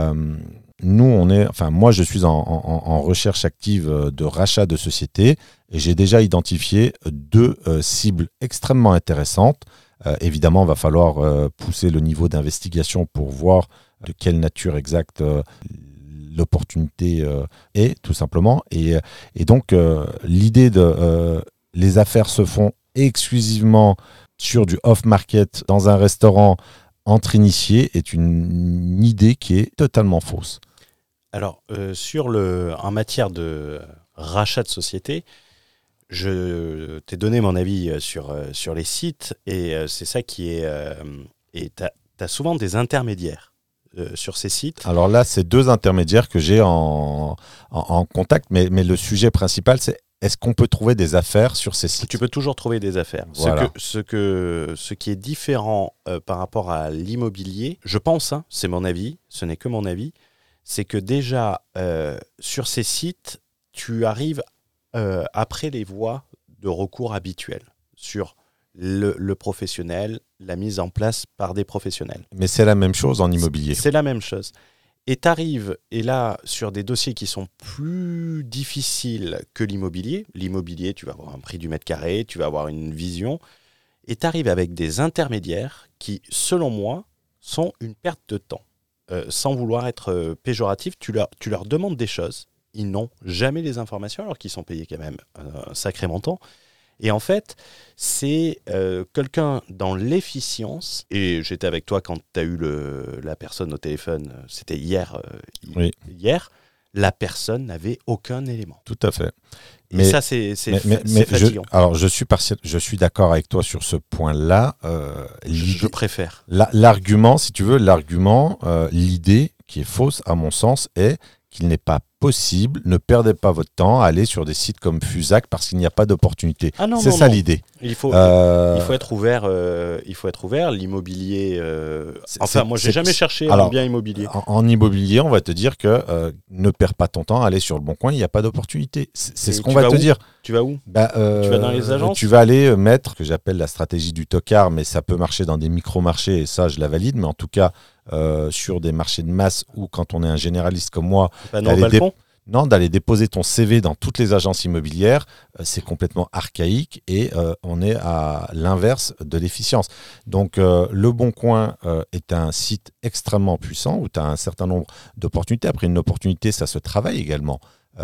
Moi, je suis en recherche active de rachat de sociétés et j'ai déjà identifié 2 cibles extrêmement intéressantes. Évidemment, il va falloir pousser le niveau d'investigation pour voir de quelle nature exacte l'opportunité est, tout simplement. Et donc, l'idée de les affaires se font exclusivement sur du off-market dans un restaurant entre initiés est une idée qui est totalement fausse.
Alors, en matière de rachat de société, je t'ai donné mon avis sur les sites et c'est ça qui est... et tu as souvent des intermédiaires sur ces sites.
Alors là, c'est 2 intermédiaires que j'ai en contact, mais le sujet principal, c'est est-ce qu'on peut trouver des affaires sur ces sites ?
Tu peux toujours trouver des affaires.
Voilà.
Ce qui est différent par rapport à l'immobilier, je pense, c'est mon avis, ce n'est que mon avis, c'est que déjà, sur ces sites, tu arrives après les voies de recours habituelles sur le professionnel, la mise en place par des professionnels.
Mais c'est la même chose en immobilier.
C'est la même chose. Et tu arrives, et là, sur des dossiers qui sont plus difficiles que l'immobilier. L'immobilier, tu vas avoir un prix du mètre carré, tu vas avoir une vision. Et tu arrives avec des intermédiaires qui, selon moi, sont une perte de temps. Sans vouloir être péjoratif, tu leur demandes des choses. Ils n'ont jamais les informations, alors qu'ils sont payés quand même un sacré montant. Et en fait, c'est quelqu'un dans l'efficience, et j'étais avec toi quand tu as eu la personne au téléphone, c'était hier,
oui.
Hier, la personne n'avait aucun élément.
Tout à fait.
Et ça, c'est fatigant.
Je suis d'accord avec toi sur ce point-là.
Je préfère.
L'argument, si tu veux, l'idée qui est fausse, à mon sens, est qu'il n'est pas possible, ne perdez pas votre temps à aller sur des sites comme Fusac parce qu'il n'y a pas d'opportunité. C'est ça l'idée.
Il faut être ouvert. L'immobilier. Moi, j'ai jamais cherché un bien immobilier.
En immobilier, on va te dire que ne perds pas ton temps à aller sur Le Bon Coin. Il n'y a pas d'opportunité. C'est ce qu'on va te dire.
Tu vas où? Tu vas dans les agences.
Tu vas aller mettre ce que j'appelle la stratégie du tocard, mais ça peut marcher dans des micro-marchés et ça, je la valide. Mais en tout cas, sur des marchés de masse ou quand on est un généraliste comme moi, d'aller déposer ton CV dans toutes les agences immobilières, c'est complètement archaïque et on est à l'inverse de l'efficience. Donc Le Bon Coin est un site extrêmement puissant où tu as un certain nombre d'opportunités. Après, une opportunité, ça se travaille également.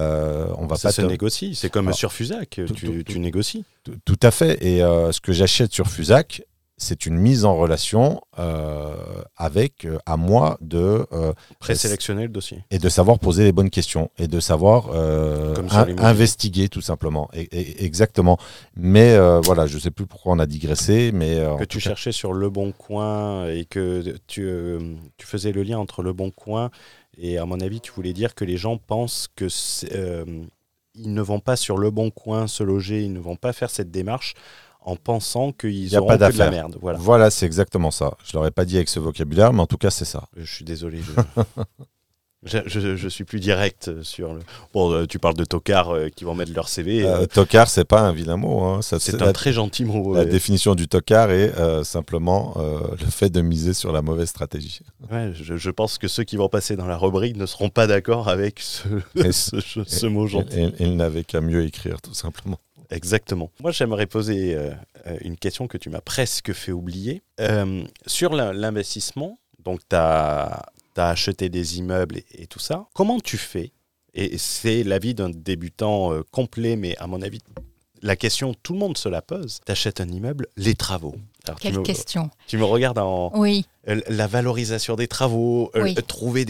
Ça se négocie, c'est comme sur Fusac, tu négocies.
Tout à fait, et ce que j'achète sur Fusac, c'est une mise en relation avec, à moi, de
présélectionner le dossier.
Et de savoir poser les bonnes questions et de savoir investiguer tout simplement. Exactement. Mais voilà, je ne sais plus pourquoi on a digressé. Mais,
que tu cherchais sur Le Bon Coin et que tu faisais le lien entre Le Bon Coin et à mon avis, tu voulais dire que les gens pensent que ils ne vont pas sur Le Bon Coin se loger, ils ne vont pas faire cette démarche en pensant qu'ils auront que de la merde.
Voilà, c'est exactement ça. Je ne l'aurais pas dit avec ce vocabulaire, mais en tout cas, c'est ça.
Je suis désolé. Je suis plus direct sur le... Bon, tu parles de tocards qui vont mettre leur CV.
Tocard, c'est pas un vilain mot. Hein.
C'est un très gentil mot.
La définition du tocard est simplement le fait de miser sur la mauvaise stratégie.
Ouais, je pense que ceux qui vont passer dans la rubrique ne seront pas d'accord avec ce mot gentil.
Ils n'avaient qu'à mieux écrire, tout simplement.
Exactement. Moi, j'aimerais poser une question que tu m'as presque fait oublier. Sur l'investissement, donc tu as acheté des immeubles et tout ça. Comment tu fais ? Et c'est l'avis d'un débutant complet, mais à mon avis, la question, tout le monde se la pose. Tu achètes un immeuble, les travaux.
Alors, quelle question ?
Tu me regardes en...
Oui.
La valorisation des travaux,
oui.
Trouver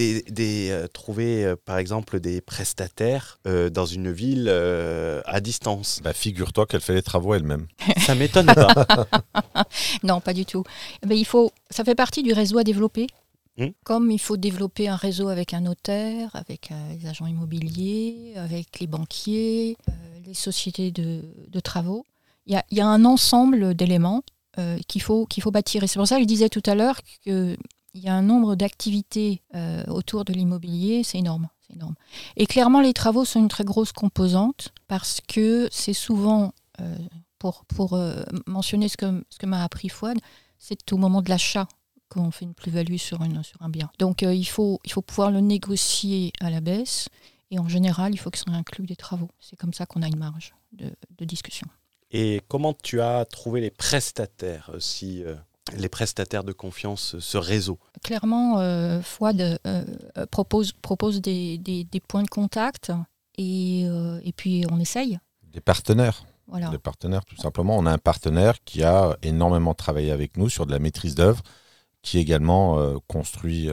par exemple des prestataires dans une ville à distance.
Figure-toi qu'elle fait les travaux elle-même.
Ça m'étonne pas.
Non, pas du tout. Ça fait partie du réseau à développer. Comme il faut développer un réseau avec un notaire, avec les agents immobiliers, avec les banquiers, les sociétés de travaux. Il y a un ensemble d'éléments qu'il faut bâtir. Et c'est pour ça que je disais tout à l'heure qu'il y a un nombre d'activités autour de l'immobilier, c'est énorme. Et clairement, les travaux sont une très grosse composante parce que c'est souvent, pour mentionner ce que m'a appris Fouad, c'est au moment de l'achat qu'on fait une plus-value sur un bien. Donc il faut pouvoir le négocier à la baisse et en général, il faut que ça inclue des travaux. C'est comme ça qu'on a une marge de discussion.
Et comment tu as trouvé les prestataires, les prestataires de confiance, ce réseau ?
Clairement, Fouad propose des points de contact et puis on essaye.
Des partenaires.
Voilà.
Des partenaires, tout simplement. On a un partenaire qui a énormément travaillé avec nous sur de la maîtrise d'œuvre, qui également construit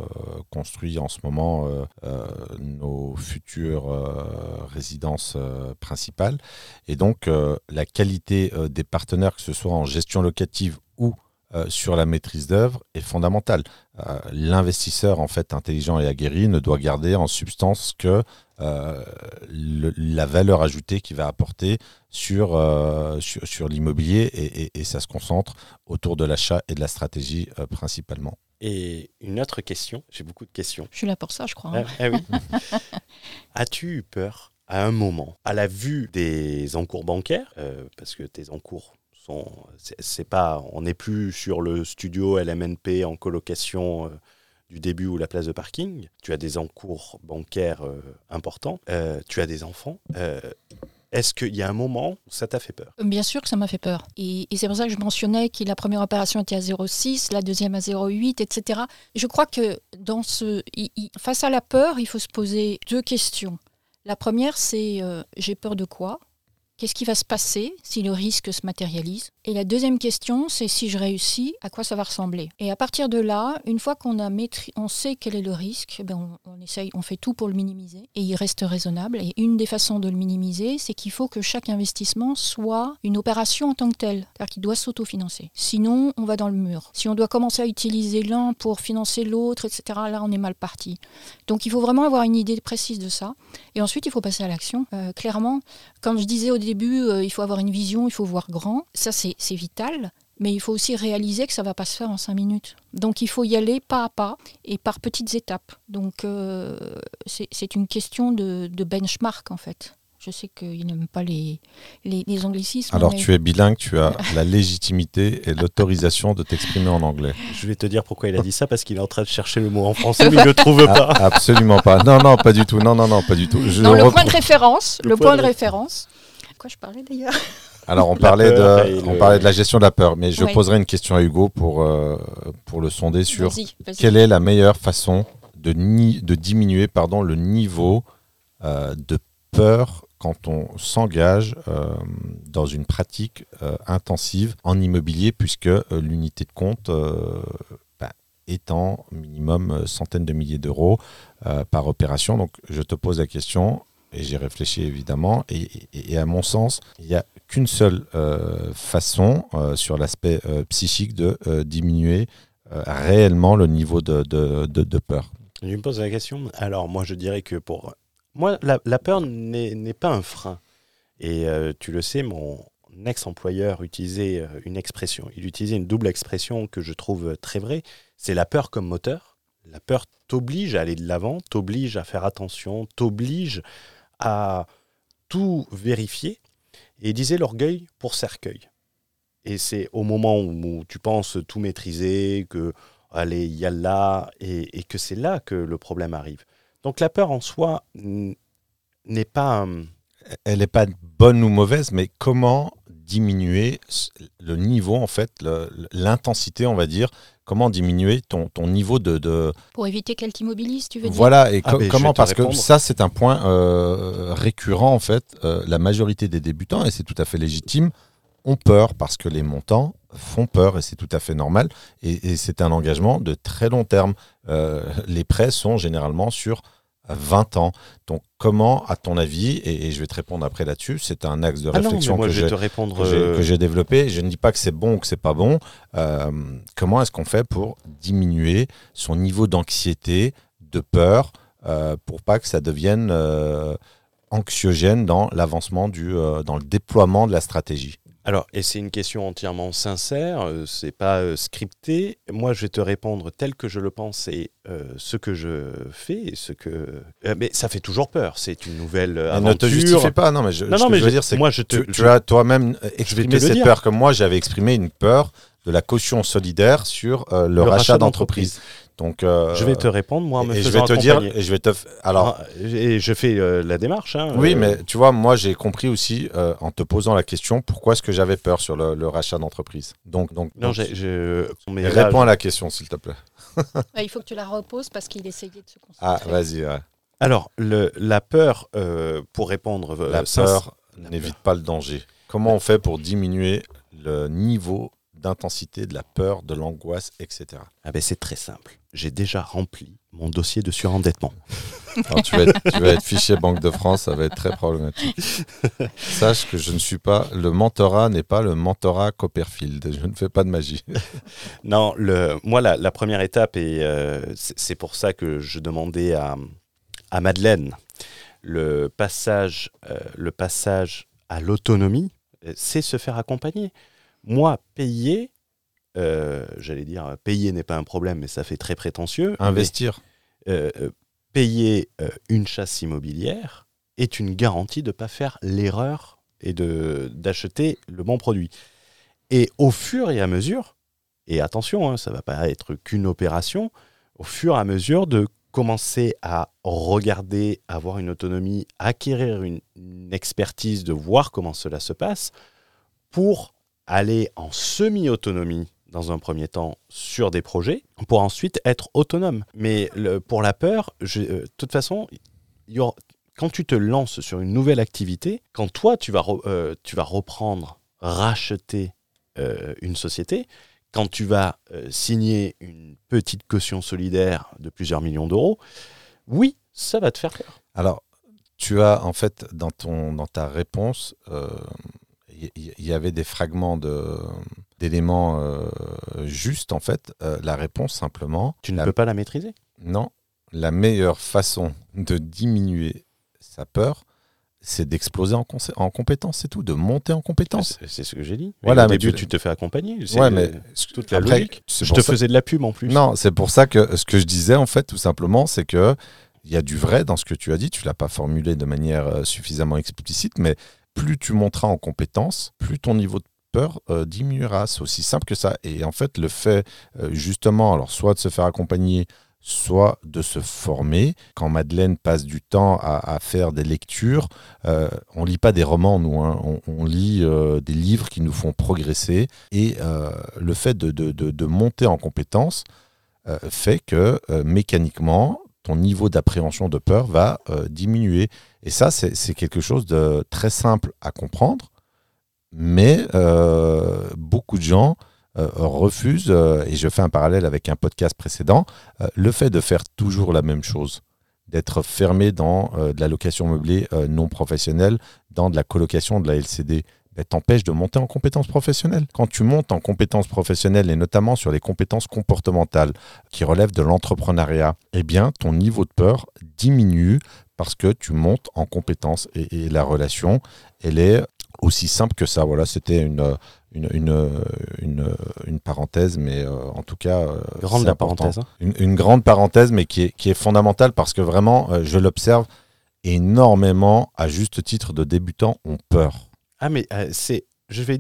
en ce moment nos futures résidences principales. Et donc, la qualité des partenaires, que ce soit en gestion locative ou sur la maîtrise d'œuvre, est fondamentale. L'investisseur, en fait, intelligent et aguerri, ne doit garder en substance que la valeur ajoutée qu'il va apporter sur l'immobilier et ça se concentre autour de l'achat et de la stratégie principalement.
Et une autre question, j'ai beaucoup de questions.
Je suis là pour ça, je crois. Hein.
Oui. As-tu eu peur à un moment, à la vue des encours bancaires, parce que tes encours on n'est plus sur le studio LMNP en colocation du début ou la place de parking. Tu as des encours bancaires importants. Tu as des enfants. Est-ce qu'il y a un moment où ça t'a fait peur ?
Bien sûr que ça m'a fait peur. Et c'est pour ça que je mentionnais que la première opération était à 0,6, la deuxième à 0,8, etc. Je crois que face à la peur, il faut se poser deux questions. La première, c'est j'ai peur de quoi ? Qu'est-ce qui va se passer si le risque se matérialise ? Et la deuxième question, c'est si je réussis, à quoi ça va ressembler ? Et à partir de là, une fois on sait quel est le risque, on fait tout pour le minimiser et il reste raisonnable. Et une des façons de le minimiser, c'est qu'il faut que chaque investissement soit une opération en tant que telle, c'est-à-dire qu'il doit s'autofinancer. Sinon, on va dans le mur. Si on doit commencer à utiliser l'un pour financer l'autre, etc., là, on est mal parti. Donc, il faut vraiment avoir une idée précise de ça. Et ensuite, il faut passer à l'action. Clairement, comme je disais au début, il faut avoir une vision, il faut voir grand. Ça, c'est vital. Mais il faut aussi réaliser que ça ne va pas se faire en 5 minutes. Donc, il faut y aller pas à pas et par petites étapes. Donc, c'est une question de benchmark, en fait. Je sais qu'il n'aime pas les anglicismes.
Alors, tu es bilingue, tu as la légitimité et l'autorisation de t'exprimer en anglais.
Je vais te dire pourquoi il a dit ça, parce qu'il est en train de chercher le mot en français, mais il ne le trouve pas.
Absolument pas. Non, pas du tout. Non, pas du tout.
Le point de référence. Le point de référence. De quoi je parlais d'ailleurs ?
Alors, on parlait de la gestion de la peur, mais je poserai une question à Hugo pour le sonder sur
Vas-y.
Quelle est la meilleure façon de diminuer le niveau de peur quand on s'engage dans une pratique intensive en immobilier, puisque l'unité de compte est en minimum centaines de milliers d'euros par opération. Donc je te pose la question, et j'y réfléchi évidemment, et à mon sens, il n'y a qu'une seule façon sur l'aspect psychique de diminuer réellement le niveau de peur.
Je me pose la question. Alors moi je dirais que pour moi la peur n'est pas un frein. Et tu le sais, mon ex-employeur utilisait une expression. Il utilisait une double expression que je trouve très vraie. C'est la peur comme moteur. La peur t'oblige à aller de l'avant, t'oblige à faire attention, t'oblige à tout vérifier. Et il disait l'orgueil pour cercueil. Et c'est au moment où tu penses tout maîtriser, que allez, yallah, et que c'est là que le problème arrive. Donc la peur en soi n'est pas...
Elle n'est pas bonne ou mauvaise, mais comment diminuer le niveau, en fait, l'intensité, on va dire, comment diminuer ton niveau de...
Pour éviter qu'elle t'immobilise, tu veux dire ?
Voilà, et comment, parce
répondre.
Que ça, c'est un point récurrent, en fait. La majorité des débutants, et c'est tout à fait légitime, ont peur parce que les montants font peur, et c'est tout à fait normal, et c'est un engagement de très long terme. Les prêts sont généralement sur 20 ans. Donc comment, à ton avis, et je vais te répondre après là-dessus, c'est un axe de réflexion que j'ai développé. Je ne dis pas que c'est bon ou que c'est pas bon. Comment est-ce qu'on fait pour diminuer son niveau d'anxiété, de peur, pour pas que ça devienne anxiogène dans l'avancement dans le déploiement de la stratégie?
Alors, et c'est une question entièrement sincère, c'est pas scripté. Moi, je vais te répondre tel que je le pense et ce que je fais, et ce que. Mais ça fait toujours peur. C'est une nouvelle aventure.
Ne te justifie pas. Non, mais ce que je veux dire, c'est que tu as toi-même exprimé cette peur, comme moi, j'avais exprimé une peur de la caution solidaire sur le rachat d'entreprise. Donc,
je vais te répondre, moi, en me
et je
faisant
vais te
accompagner.
dire, et je vais te. Alors,
et je fais la démarche.
Oui, mais tu vois, moi, j'ai compris aussi en te posant la question pourquoi est-ce que j'avais peur sur le rachat d'entreprise. Donc,
mais
réponds à la question, s'il te plaît.
Il faut que tu la reposes parce qu'il essayait de se concentrer.
Ah, vas-y. Ouais.
Alors, la peur, pour répondre...
la peur n'évite pas le danger. Comment on fait pour diminuer le niveau d'intensité de la peur, de l'angoisse, etc.
C'est très simple. J'ai déjà rempli mon dossier de surendettement.
Alors, tu vas être fiché Banque de France, ça va être très problématique. Sache que je ne suis pas... Le mentorat n'est pas le mentorat Copperfield. Je ne fais pas de magie.
Non, moi, la première étape, et c'est pour ça que je demandais à Madeleine le passage à l'autonomie, c'est se faire accompagner. Moi, payer, payer n'est pas un problème, mais ça fait très prétentieux.
Investir.
Payer une chasse immobilière est une garantie de ne pas faire l'erreur et d'acheter le bon produit. Et au fur et à mesure, et attention, ça ne va pas être qu'une opération, au fur et à mesure de commencer à regarder, avoir une autonomie, acquérir une expertise, de voir comment cela se passe, pour aller en semi-autonomie dans un premier temps sur des projets, pour ensuite être autonome. Mais pour la peur, de toute façon, quand tu te lances sur une nouvelle activité, quand toi, tu vas reprendre, racheter une société, quand tu vas signer une petite caution solidaire de plusieurs millions d'euros, oui, ça va te faire peur.
Alors, tu as en fait, dans ta réponse... il y avait des fragments d'éléments justes, en fait. La réponse, simplement...
Tu ne peux pas la maîtriser ?
Non. La meilleure façon de diminuer sa peur, c'est d'exploser en compétences, c'est tout, de monter en compétences.
C'est ce que j'ai dit.
Voilà,
au début, tu te fais accompagner.
Mais
toute la logique. Je te faisais de la pub, en plus.
Non, c'est pour ça que ce que je disais, en fait, tout simplement, c'est que il y a du vrai dans ce que tu as dit. Tu ne l'as pas formulé de manière suffisamment explicite, mais plus tu monteras en compétences, plus ton niveau de peur diminuera. C'est aussi simple que ça. Et en fait, le fait, justement, alors soit de se faire accompagner, soit de se former. Quand Madeleine passe du temps à faire des lectures, on ne lit pas des romans, nous. Hein. On lit des livres qui nous font progresser. Et le fait de monter en compétences fait que, mécaniquement, ton niveau d'appréhension de peur va diminuer. Et ça, c'est quelque chose de très simple à comprendre, mais beaucoup de gens refusent, et je fais un parallèle avec un podcast précédent, le fait de faire toujours la même chose, d'être fermé dans de la location meublée non professionnelle, dans de la colocation, de la LCD, t'empêche de monter en compétences professionnelles. Quand tu montes en compétences professionnelles, et notamment sur les compétences comportementales qui relèvent de l'entrepreneuriat, eh bien, ton niveau de peur diminue parce que tu montes en compétences. Et la relation, elle est aussi simple que ça. Voilà, c'était une parenthèse, mais en tout cas,
grande
c'est important.
parenthèse. Hein.
Une grande parenthèse, mais qui est fondamentale parce que vraiment, je l'observe énormément, à juste titre, de débutants ont peur.
Ah mais je vais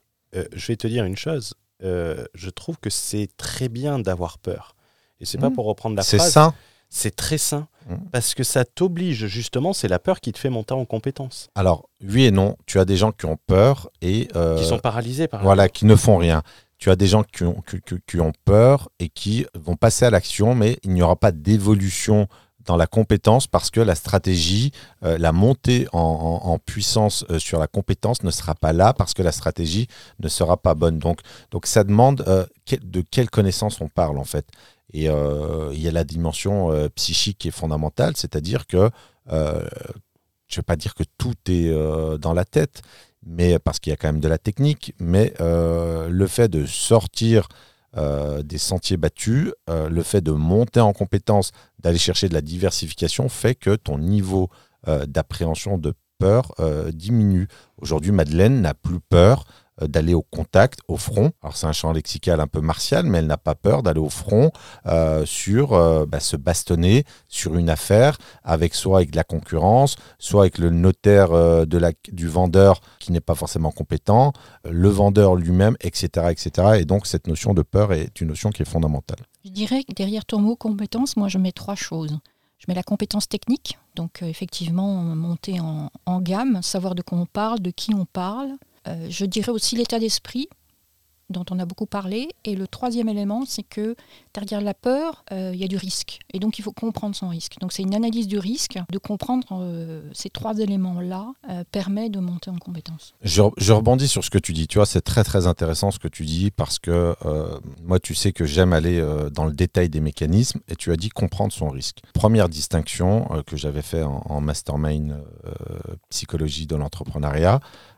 te dire une chose, je trouve que c'est très bien d'avoir peur. Et c'est pas pour reprendre la phrase.
C'est sain.
C'est très sain, parce que ça t'oblige justement, c'est la peur qui te fait monter en compétence.
Alors, oui et non, tu as des gens qui ont peur et...
qui sont paralysés par
voilà, qui ne font rien. Tu as des gens qui ont peur et qui vont passer à l'action, mais il n'y aura pas d'évolution dans la compétence parce que la stratégie, la montée en puissance sur la compétence ne sera pas là parce que la stratégie ne sera pas bonne. Donc ça demande de quelle connaissance on parle en fait. Et il y a la dimension psychique qui est fondamentale, c'est-à-dire que je ne vais pas dire que tout est dans la tête, mais parce qu'il y a quand même de la technique, mais le fait de sortir des sentiers battus, le fait de monter en compétence, d'aller chercher de la diversification fait que ton niveau d'appréhension de peur diminue. Aujourd'hui, Madeleine n'a plus peur d'aller au contact, au front. Alors c'est un champ lexical un peu martial, mais elle n'a pas peur d'aller au front sur se bastonner sur une affaire soit avec de la concurrence, soit avec le notaire du vendeur qui n'est pas forcément compétent, le vendeur lui-même, etc., etc. Et donc cette notion de peur est une notion qui est fondamentale.
Je dirais que derrière ton mot compétence, moi je mets 3 choses. Je mets la compétence technique, donc effectivement monter en gamme, savoir de quoi on parle, de qui on parle. Je dirais aussi l'état d'esprit, dont on a beaucoup parlé. Et le 3e élément, c'est que derrière la peur, il y a du risque. Et donc, il faut comprendre son risque. Donc, c'est une analyse du risque. De comprendre ces 3 éléments-là permet de monter en compétence.
Je rebondis sur ce que tu dis. Tu vois, c'est très, très intéressant ce que tu dis parce que moi, tu sais que j'aime aller dans le détail des mécanismes et tu as dit comprendre son risque. Première distinction que j'avais fait en mastermind psychologie de l'entrepreneuriat,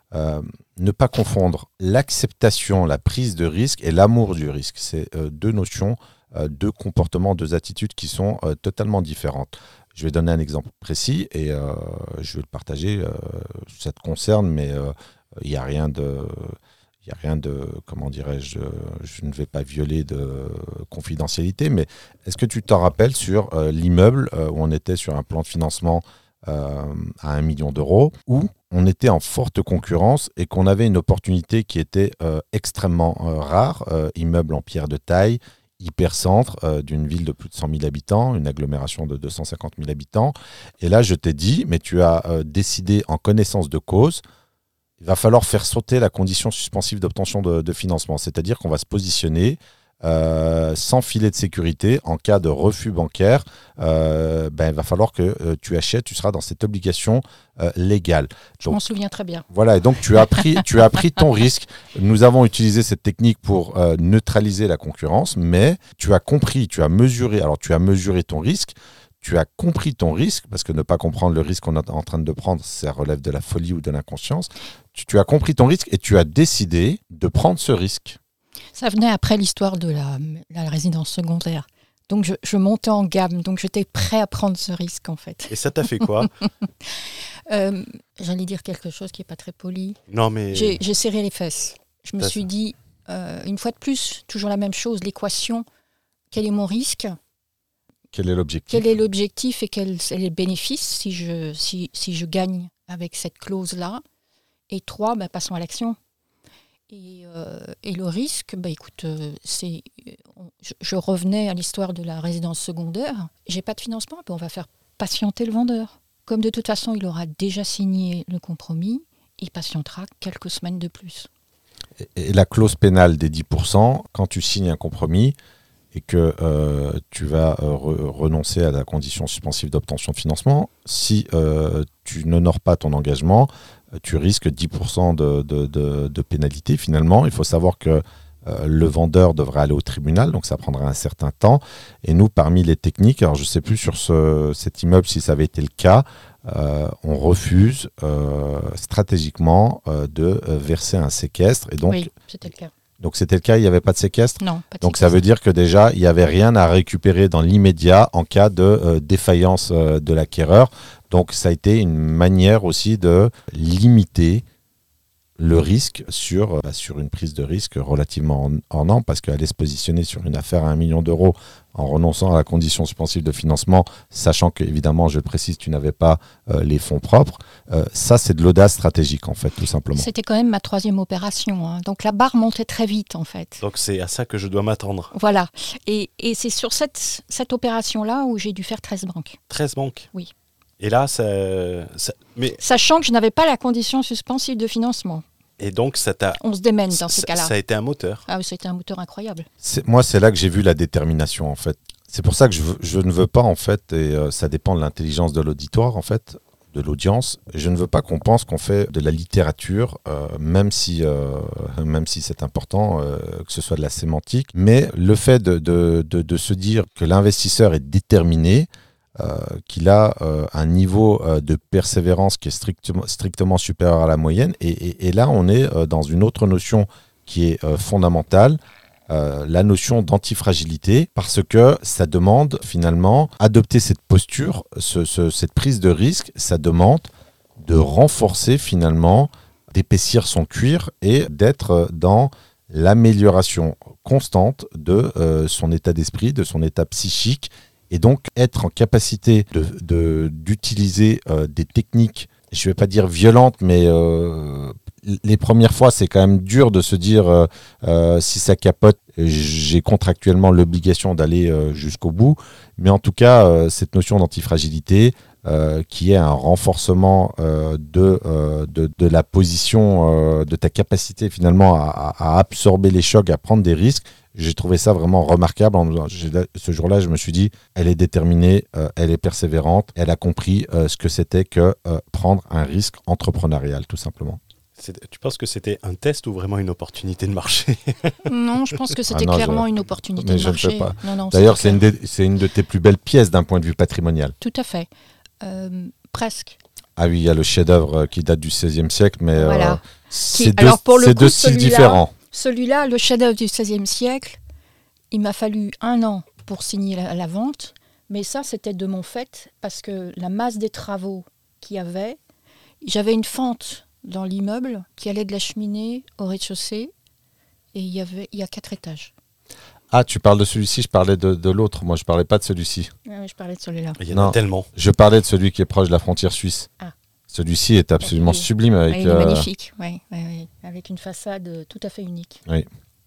ne pas confondre l'acceptation, la prise de risque et l'amour du risque. C'est 2 notions, 2 comportements, 2 attitudes qui sont totalement différentes. Je vais donner un exemple précis et je vais le partager. Ça te concerne, mais il n'y a rien de... comment dirais-je, je ne vais pas violer de confidentialité, mais est-ce que tu t'en rappelles sur l'immeuble où on était sur un plan de financement à 1 million d'euros, où on était en forte concurrence et qu'on avait une opportunité qui était extrêmement rare, immeuble en pierre de taille, hypercentre d'une ville de plus de 100 000 habitants, une agglomération de 250 000 habitants. Et là, je t'ai dit, mais tu as décidé en connaissance de cause, il va falloir faire sauter la condition suspensive d'obtention de financement, c'est-à-dire qu'on va se positionner sans filet de sécurité en cas de refus bancaire. Il va falloir que tu achètes, tu seras dans cette obligation légale.
Je m'en souviens très bien.
Voilà, et donc tu as pris ton risque. Nous avons utilisé cette technique pour neutraliser la concurrence, mais tu as compris, tu as mesuré ton risque. Tu as compris ton risque, parce que ne pas comprendre le risque qu'on est en train de prendre, ça relève de la folie ou de l'inconscience. Tu as compris ton risque et tu as décidé de prendre ce risque.
Ça venait après l'histoire de la résidence secondaire. Donc je montais en gamme, donc j'étais prêt à prendre ce risque en fait.
Et ça t'a fait quoi?
J'allais dire quelque chose qui n'est pas très poli.
Non mais...
J'ai serré les fesses. Je me suis dit, une fois de plus, toujours la même chose, l'équation, quel est mon risque?
Quel est l'objectif?
Quel est l'objectif et quel est le bénéfice si je gagne avec cette clause-là? Et 3, passons à l'action. Et le risque, écoute, je revenais à l'histoire de la résidence secondaire. J'ai pas de financement, on va faire patienter le vendeur. Comme de toute façon, il aura déjà signé le compromis, il patientera quelques semaines de plus.
Et la clause pénale des 10%, quand tu signes un compromis, et que tu vas renoncer à la condition suspensive d'obtention de financement, si tu n'honores pas ton engagement, tu risques 10% de pénalité finalement. Il faut savoir que le vendeur devrait aller au tribunal, donc ça prendra un certain temps. Et nous, parmi les techniques, alors je ne sais plus sur cet immeuble si ça avait été le cas, on refuse stratégiquement de verser un séquestre. Et donc,
oui, c'était le cas.
Donc c'était le cas, il n'y avait pas de séquestre.
Non, pas de
Donc
séquestre.
Ça veut dire que déjà, il n'y avait rien à récupérer dans l'immédiat en cas de défaillance de l'acquéreur. Donc ça a été une manière aussi de limiter le risque sur une prise de risque relativement hors norme, parce qu'aller se positionner sur une affaire à 1 million d'euros en renonçant à la condition suspensive de financement, sachant qu'évidemment, je le précise, tu n'avais pas les fonds propres, ça c'est de l'audace stratégique en fait, tout simplement.
C'était quand même ma 3e opération, hein. Donc la barre montait très vite en fait.
Donc c'est à ça que je dois m'attendre.
Voilà, et c'est sur cette opération-là où j'ai dû faire 13 banques.
13 banques.
Oui.
Et là, mais
Sachant que je n'avais pas la condition suspensive de financement.
et donc ça t'a.
On se démène dans ces cas-là.
Ça a été un moteur.
Ah oui, c'était un moteur incroyable.
Moi, c'est là que j'ai vu la détermination en fait. C'est pour ça que je ne veux pas en fait, et ça dépend de l'intelligence de l'auditoire en fait, de l'audience. Je ne veux pas qu'on pense qu'on fait de la littérature, même si c'est important que ce soit de la sémantique. Mais le fait de se dire que l'investisseur est déterminé, qu'il a un niveau de persévérance qui est strictement supérieur à la moyenne. Et là, on est dans une autre notion qui est fondamentale, la notion d'antifragilité, parce que ça demande finalement, adopter cette posture, cette prise de risque, ça demande de renforcer finalement, d'épaissir son cuir et d'être dans l'amélioration constante de son état d'esprit, de son état psychique, et donc être en capacité d'utiliser des techniques, je ne vais pas dire violentes, mais les premières fois, c'est quand même dur de se dire si ça capote, j'ai contractuellement l'obligation d'aller jusqu'au bout. Mais en tout cas, cette notion d'antifragilité, qui est un renforcement de la position, de ta capacité finalement à absorber les chocs, à prendre des risques. J'ai trouvé ça vraiment remarquable. Ce jour-là, je me suis dit, elle est déterminée, elle est persévérante, elle a compris ce que c'était que prendre un risque entrepreneurial, tout simplement.
Tu penses que c'était un test ou vraiment une opportunité de marché?
Non, je pense que c'était
non,
clairement une opportunité
mais
de
je ne
marché.
sais pas.
Non,
D'ailleurs,
c'est
c'est une de tes plus belles pièces d'un point de vue patrimonial.
tout à fait. Presque.
Ah oui, il y a le chef-d'œuvre qui date du XVIe siècle, mais
Voilà.
c'est
alors, pour le coup,
deux styles
celui-là-
différents.
Celui-là, le chef-d'œuvre du XVIe siècle, il m'a fallu 1 an pour signer la vente, mais ça, c'était de mon fait, parce que la masse des travaux qu'il y avait, j'avais une fente dans l'immeuble qui allait de la cheminée au rez-de-chaussée, et il y a 4 étages.
Ah, tu parles de celui-ci, je parlais de l'autre. Moi, je parlais pas de celui-ci.
Je parlais de celui-là.
Il y en
Non.
a tellement.
Je parlais de celui qui est proche de la frontière suisse.
Ah.
Celui-ci est absolument
Oui.
sublime. Avec,
Il est magnifique, oui, avec une façade tout à fait unique.
Ouais.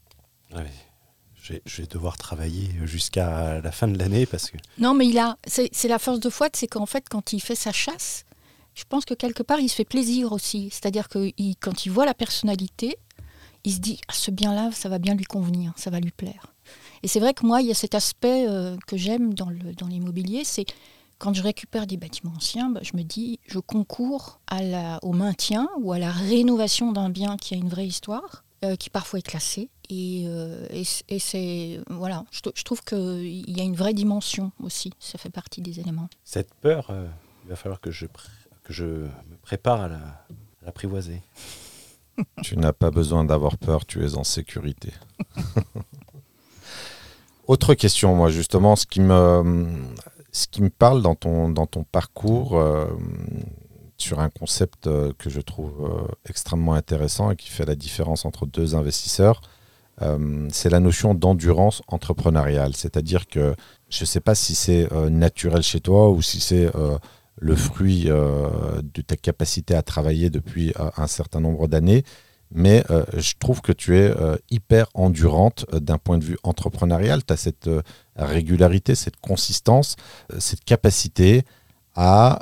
Je vais devoir travailler jusqu'à la fin de l'année parce que.
Non, mais c'est la force de Fouad, c'est qu'en fait, quand il fait sa chasse, je pense que quelque part, il se fait plaisir aussi. C'est-à-dire que quand il voit la personnalité, il se dit, ce bien-là, ça va bien lui convenir, ça va lui plaire. Et c'est vrai que moi, il y a cet aspect que j'aime dans l'immobilier, c'est quand je récupère des bâtiments anciens, je me dis, je concours au maintien ou à la rénovation d'un bien qui a une vraie histoire, qui parfois est classé. Et c'est voilà, je trouve qu'il y a une vraie dimension aussi. Ça fait partie des éléments.
Cette peur, il va falloir que je me prépare à l'apprivoiser.
Tu n'as pas besoin d'avoir peur, tu es en sécurité. Autre question, moi, justement, ce qui me parle dans ton parcours, sur un concept que je trouve extrêmement intéressant et qui fait la différence entre deux investisseurs, c'est la notion d'endurance entrepreneuriale. C'est-à-dire que je ne sais pas si c'est naturel chez toi ou si c'est le fruit de ta capacité à travailler depuis un certain nombre d'années, mais je trouve que tu es hyper endurante d'un point de vue entrepreneurial. Tu as cette régularité, cette consistance, cette capacité à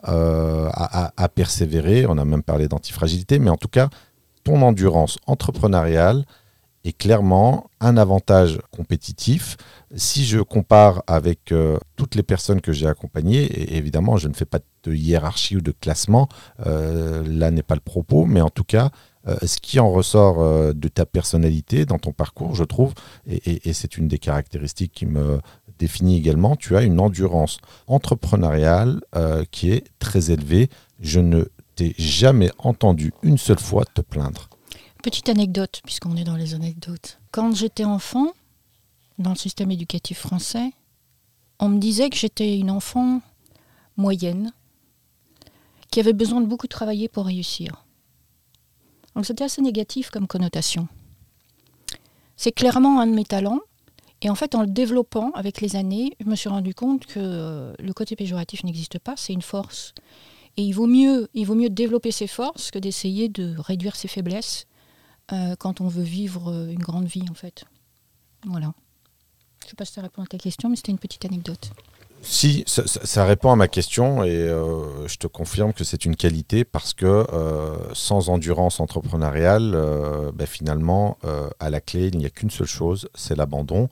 persévérer. On a même parlé d'antifragilité, mais en tout cas, ton endurance entrepreneuriale est clairement un avantage compétitif. Si je compare avec toutes les personnes que j'ai accompagnées, et évidemment, je ne fais pas de hiérarchie ou de classement, là n'est pas le propos, mais en tout cas, ce qui en ressort de ta personnalité, dans ton parcours, je trouve, et c'est une des caractéristiques qui me définit également, tu as une endurance entrepreneuriale qui est très élevée. Je ne t'ai jamais entendu une seule fois te plaindre.
Petite anecdote, puisqu'on est dans les anecdotes. Quand j'étais enfant, dans le système éducatif français, on me disait que j'étais une enfant moyenne, qui avait besoin de beaucoup travailler pour réussir. Donc c'était assez négatif comme connotation. C'est clairement un de mes talents, et en fait en le développant avec les années, je me suis rendu compte que le côté péjoratif n'existe pas, c'est une force. Et il vaut mieux développer ses forces que d'essayer de réduire ses faiblesses quand on veut vivre une grande vie, en fait. Voilà. Je ne sais pas si ça répond à ta question, mais c'était une petite anecdote.
Si, ça répond à ma question et je te confirme que c'est une qualité parce que sans endurance entrepreneuriale, finalement, à la clé, il n'y a qu'une seule chose, c'est l'abandon.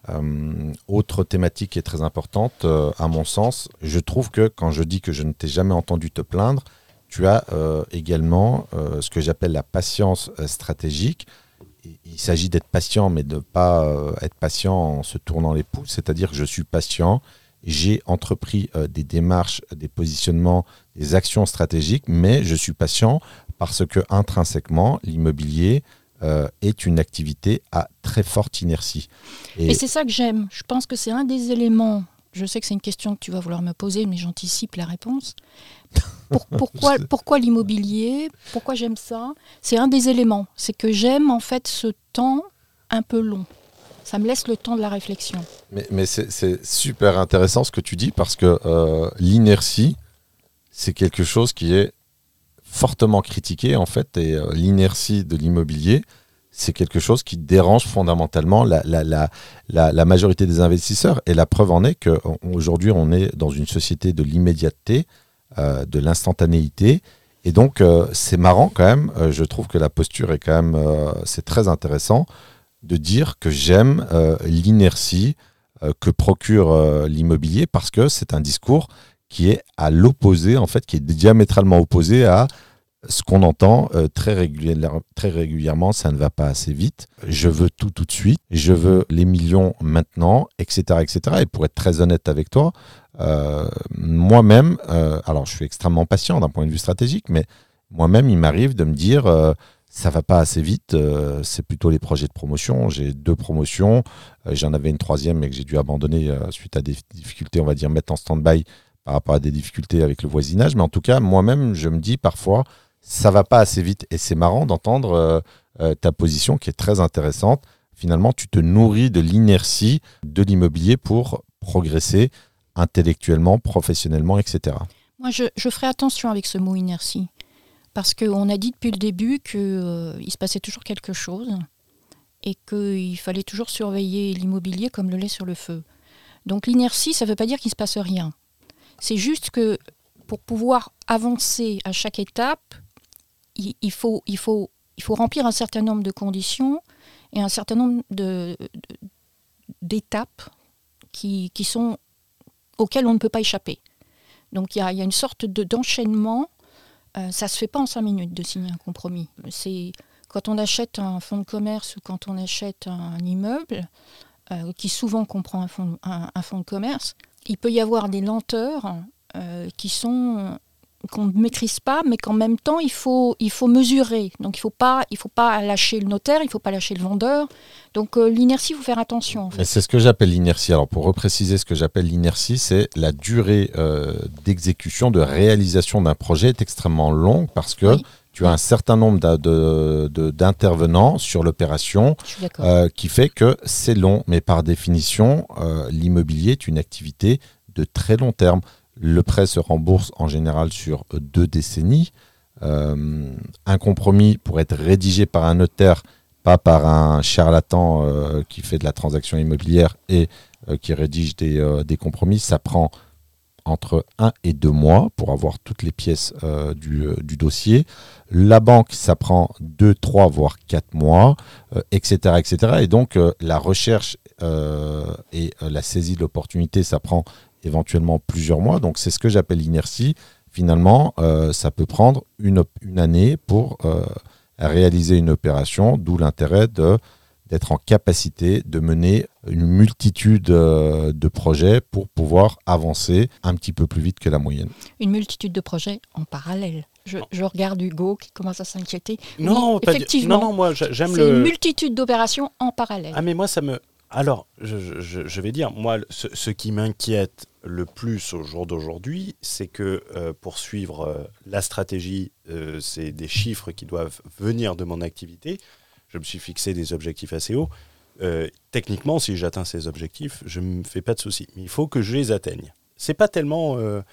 Autre thématique qui est très importante, à mon sens, je trouve que quand je dis que je ne t'ai jamais entendu te plaindre, tu as également ce que j'appelle la patience stratégique. Il s'agit d'être patient, mais de ne pas être patient en se tournant les pouces, c'est-à-dire que je suis patient, j'ai entrepris des démarches, des positionnements, des actions stratégiques, mais je suis patient parce que intrinsèquement, l'immobilier est une activité à très forte inertie.
Et c'est ça que j'aime. Je pense que c'est un des éléments. Je sais que c'est une question que tu vas vouloir me poser, mais j'anticipe la réponse. Pourquoi l'immobilier ? Pourquoi j'aime ça ? C'est un des éléments. C'est que j'aime en fait ce temps un peu long. Ça me laisse le temps de la réflexion.
Mais c'est super intéressant ce que tu dis parce que l'inertie, c'est quelque chose qui est fortement critiqué en fait. Et l'inertie de l'immobilier, c'est quelque chose qui dérange fondamentalement la majorité des investisseurs. Et la preuve en est qu'aujourd'hui, on est dans une société de l'immédiateté, de l'instantanéité. Et donc, c'est marrant quand même. Je trouve que la posture est quand même... c'est très intéressant de dire que j'aime l'inertie que procure l'immobilier parce que c'est un discours qui est à l'opposé, en fait, qui est diamétralement opposé à ce qu'on entend très régulièrement, ça ne va pas assez vite, je veux tout de suite, je veux les millions maintenant, etc. etc. Et pour être très honnête avec toi, moi-même, alors je suis extrêmement patient d'un point de vue stratégique, mais moi-même, il m'arrive de me dire, ça ne va pas assez vite, c'est plutôt les projets de promotion. J'ai 2 promotions, j'en avais une 3e, mais que j'ai dû abandonner suite à des difficultés, on va dire, mettre en stand-by par rapport à des difficultés avec le voisinage. Mais en tout cas, moi-même, je me dis parfois, ça va pas assez vite. Et c'est marrant d'entendre ta position qui est très intéressante. Finalement, tu te nourris de l'inertie de l'immobilier pour progresser intellectuellement, professionnellement, etc.
Moi, je ferai attention avec ce mot inertie. Parce qu'on a dit depuis le début qu'il se passait toujours quelque chose et qu'il fallait toujours surveiller l'immobilier comme le lait sur le feu. Donc l'inertie, ça ne veut pas dire qu'il ne se passe rien. C'est juste que pour pouvoir avancer à chaque étape, il faut remplir un certain nombre de conditions et un certain nombre d'étapes auxquelles on ne peut pas échapper. Donc il y a une sorte d'enchaînement. Ça ne se fait pas en 5 minutes de signer un compromis. C'est quand on achète un fonds de commerce ou quand on achète un immeuble, qui souvent comprend un fonds de commerce, il peut y avoir des lenteurs qu'on ne maîtrise pas, mais qu'en même temps, il faut mesurer. Donc, il faut pas lâcher le notaire, il ne faut pas lâcher le vendeur. Donc, l'inertie, il faut faire attention. En fait.
Mais c'est ce que j'appelle l'inertie. Alors, pour repréciser ce que j'appelle l'inertie, c'est la durée d'exécution, de réalisation d'un projet est extrêmement longue parce que tu as un certain nombre d'intervenants sur l'opération qui fait que c'est long. Mais par définition, l'immobilier est une activité de très long terme. Le prêt se rembourse en général sur 2 décennies. Un compromis pour être rédigé par un notaire, pas par un charlatan qui fait de la transaction immobilière et qui rédige des compromis, ça prend entre 1 et 2 mois pour avoir toutes les pièces du dossier. La banque, ça prend 2, 3, voire 4 mois, etc., etc. Et donc, la recherche et la saisie de l'opportunité, ça prend éventuellement plusieurs mois. Donc, c'est ce que j'appelle l'inertie. Finalement, ça peut prendre une année pour réaliser une opération, d'où l'intérêt d'être en capacité de mener une multitude de projets pour pouvoir avancer un petit peu plus vite que la moyenne.
Une multitude de projets en parallèle. Je regarde Hugo qui commence à s'inquiéter.
Non,
oui, effectivement,
non, moi j'aime
c'est une multitude d'opérations en parallèle.
Ah mais moi ça me... Alors, je vais dire, moi ce qui m'inquiète le plus au jour d'aujourd'hui, c'est que pour suivre la stratégie, c'est des chiffres qui doivent venir de mon activité. Je me suis fixé des objectifs assez hauts. Techniquement, si j'atteins ces objectifs, je ne me fais pas de soucis. Mais il faut que je les atteigne. C'est pas tellement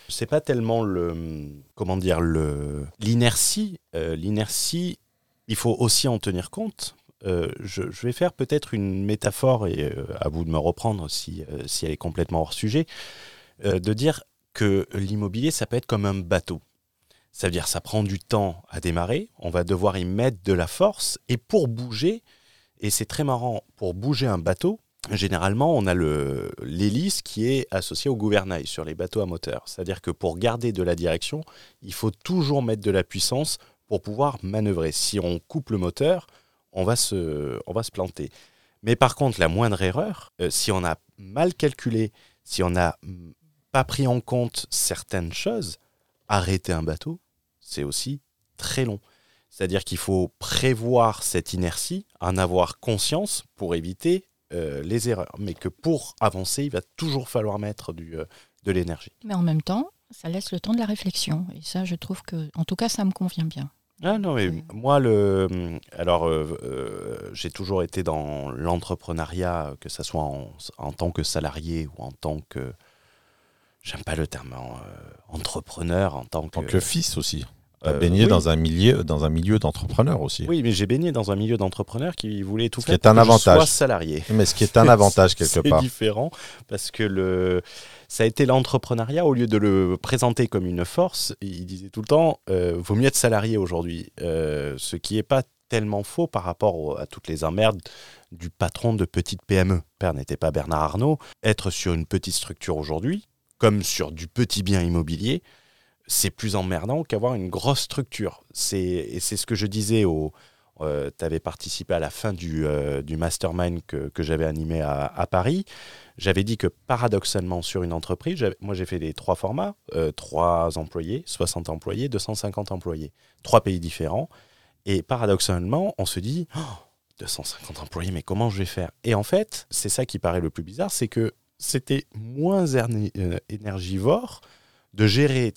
l'inertie. L'inertie, il faut aussi en tenir compte. Je vais faire peut-être une métaphore, et à vous de me reprendre si elle est complètement hors sujet, de dire que l'immobilier, ça peut être comme un bateau. Ça veut dire que ça prend du temps à démarrer, on va devoir y mettre de la force, et pour bouger, et c'est très marrant, pour bouger un bateau, généralement on a l'hélice qui est associée au gouvernail sur les bateaux à moteur. C'est-à-dire que pour garder de la direction, il faut toujours mettre de la puissance pour pouvoir manœuvrer. Si on coupe le moteur, on va se planter. Mais par contre, la moindre erreur, si on a mal calculé, si on n'a pas pris en compte certaines choses, arrêter un bateau, c'est aussi très long. C'est-à-dire qu'il faut prévoir cette inertie, en avoir conscience pour éviter les erreurs. Mais que pour avancer, il va toujours falloir mettre de l'énergie.
Mais en même temps, ça laisse le temps de la réflexion. Et ça, je trouve que, en tout cas, ça me convient bien.
Ah non, mais moi, j'ai toujours été dans l'entrepreneuriat, que ce soit en tant que salarié ou en tant que... J'aime pas le terme entrepreneur, en tant
que fils aussi. Tu as baigné oui. dans un milieu d'entrepreneurs aussi.
Oui, mais j'ai baigné dans un milieu d'entrepreneurs qui voulait tout faire
pour que je sois
salarié.
Mais ce qui est un avantage quelque part.
C'est différent parce que ça a été l'entrepreneuriat, au lieu de le présenter comme une force, il disait tout le temps vaut mieux être salarié aujourd'hui. Ce qui n'est pas tellement faux par rapport à toutes les emmerdes du patron de petite PME. Père n'était pas Bernard Arnault. Être sur une petite structure aujourd'hui, comme sur du petit bien immobilier, c'est plus emmerdant qu'avoir une grosse structure. Et c'est ce que je disais tu avais participé à la fin du mastermind que j'avais animé à Paris. J'avais dit que paradoxalement, sur une entreprise, moi j'ai fait les 3 formats, 3 employés, 60 employés, 250 employés, 3 pays différents. Et paradoxalement, on se dit, 250 employés, mais comment je vais faire ? Et en fait, c'est ça qui paraît le plus bizarre, c'est que c'était moins énergivore de gérer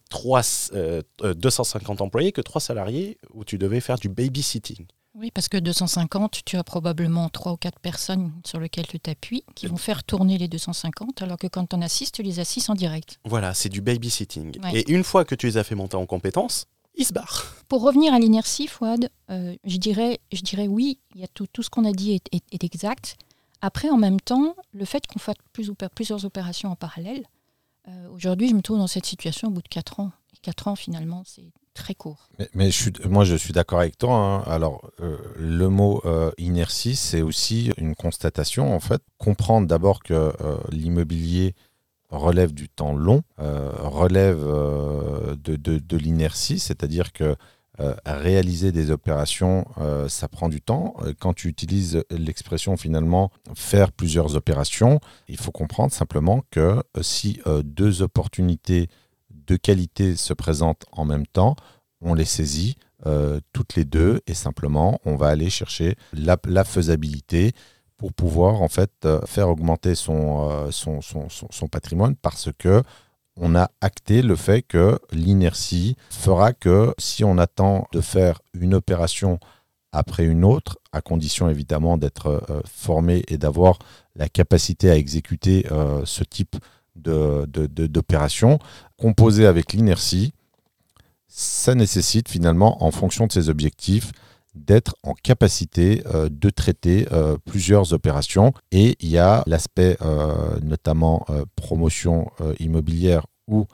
250 employés que 3 salariés où tu devais faire du babysitting.
Oui, parce que 250, tu as probablement 3 ou 4 personnes sur lesquelles tu t'appuies qui vont faire tourner les 250, alors que quand tu en as 6, tu les assises en direct.
Voilà, c'est du babysitting.
Ouais.
Et une fois que tu les as fait monter en compétences, ils se barrent.
Pour revenir à l'inertie, Fouad, je dirais oui, il y a tout ce qu'on a dit est exact. Après, en même temps, le fait qu'on fasse plusieurs opérations en parallèle, aujourd'hui, je me trouve dans cette situation au bout de 4 ans. Et 4 ans, finalement, c'est très court.
Mais moi, je suis d'accord avec toi. Hein. Alors, le mot inertie, c'est aussi une constatation, en fait. Comprendre d'abord que l'immobilier relève du temps long, relève de l'inertie, c'est-à-dire que réaliser des opérations, ça prend du temps. Quand tu utilises l'expression finalement faire plusieurs opérations, il faut comprendre simplement que si 2 opportunités de qualité se présentent en même temps, on les saisit toutes les 2 et simplement on va aller chercher la faisabilité pour pouvoir en fait faire augmenter son patrimoine, parce que on a acté le fait que l'inertie fera que si on attend de faire une opération après une autre, à condition évidemment d'être formé et d'avoir la capacité à exécuter ce type d'opération, composée avec l'inertie, ça nécessite finalement, en fonction de ses objectifs, d'être en capacité de traiter plusieurs opérations. Et il y a l'aspect notamment promotion immobilière ou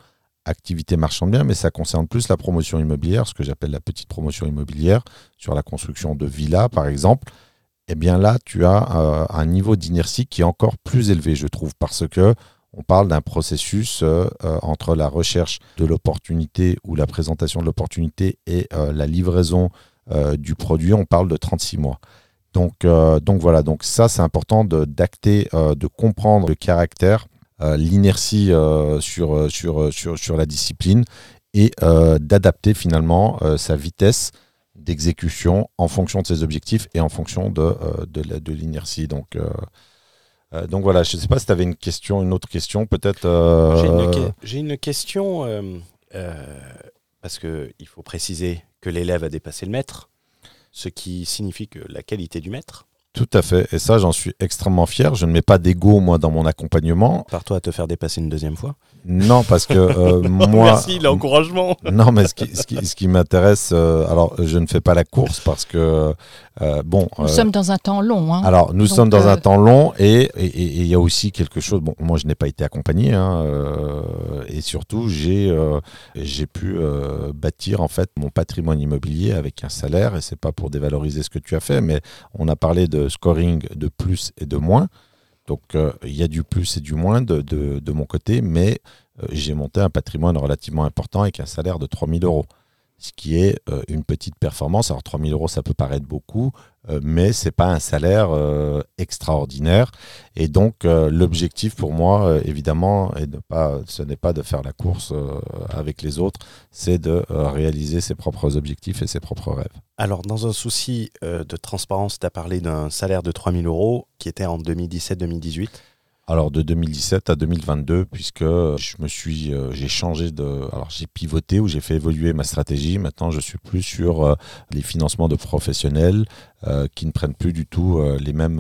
activité marchand de biens, mais ça concerne plus la promotion immobilière, ce que j'appelle la petite promotion immobilière, sur la construction de villas, par exemple. Eh bien là, tu as un niveau d'inertie qui est encore plus élevé, je trouve, parce que on parle d'un processus entre la recherche de l'opportunité ou la présentation de l'opportunité et la livraison du produit. On parle de 36 mois. Donc voilà, donc ça c'est important d'acter, de comprendre le caractère, l'inertie sur la discipline et d'adapter finalement sa vitesse d'exécution en fonction de ses objectifs et en fonction de l'inertie. Donc voilà, je ne sais pas si tu avais une autre question peut-être.
J'ai une question, parce qu'il faut préciser que l'élève a dépassé le maître, ce qui signifie que la qualité du maître.
Tout à fait, et ça j'en suis extrêmement fier. Je ne mets pas d'ego moi dans mon accompagnement.
Par toi à te faire dépasser une deuxième fois?
Non, parce que moi...
Merci, l'encouragement.
Non, mais ce qui m'intéresse... alors, je ne fais pas la course parce que...
nous sommes dans un temps long. Hein.
Alors, nous sommes dans un temps long et il y a aussi quelque chose... Bon, moi, je n'ai pas été accompagné. Et surtout, j'ai pu bâtir, en fait, mon patrimoine immobilier avec un salaire. Et ce n'est pas pour dévaloriser ce que tu as fait, mais on a parlé de scoring de plus et de moins. Donc, il y a du plus et du moins de mon côté, mais j'ai monté un patrimoine relativement important avec un salaire de 3 000 €, ce qui est une petite performance. Alors, 3 000 €, ça peut paraître beaucoup, mais ce n'est pas un salaire extraordinaire. Et donc, l'objectif pour moi, évidemment, ce n'est pas de faire la course avec les autres, c'est de réaliser ses propres objectifs et ses propres rêves.
Alors, dans un souci de transparence, tu as parlé d'un salaire de 3 000 € qui était en 2017-2018.
Alors, de 2017 à 2022, puisque j'ai changé alors, j'ai pivoté ou j'ai fait évoluer ma stratégie. Maintenant, je suis plus sur les financements de professionnels qui ne prennent plus du tout les mêmes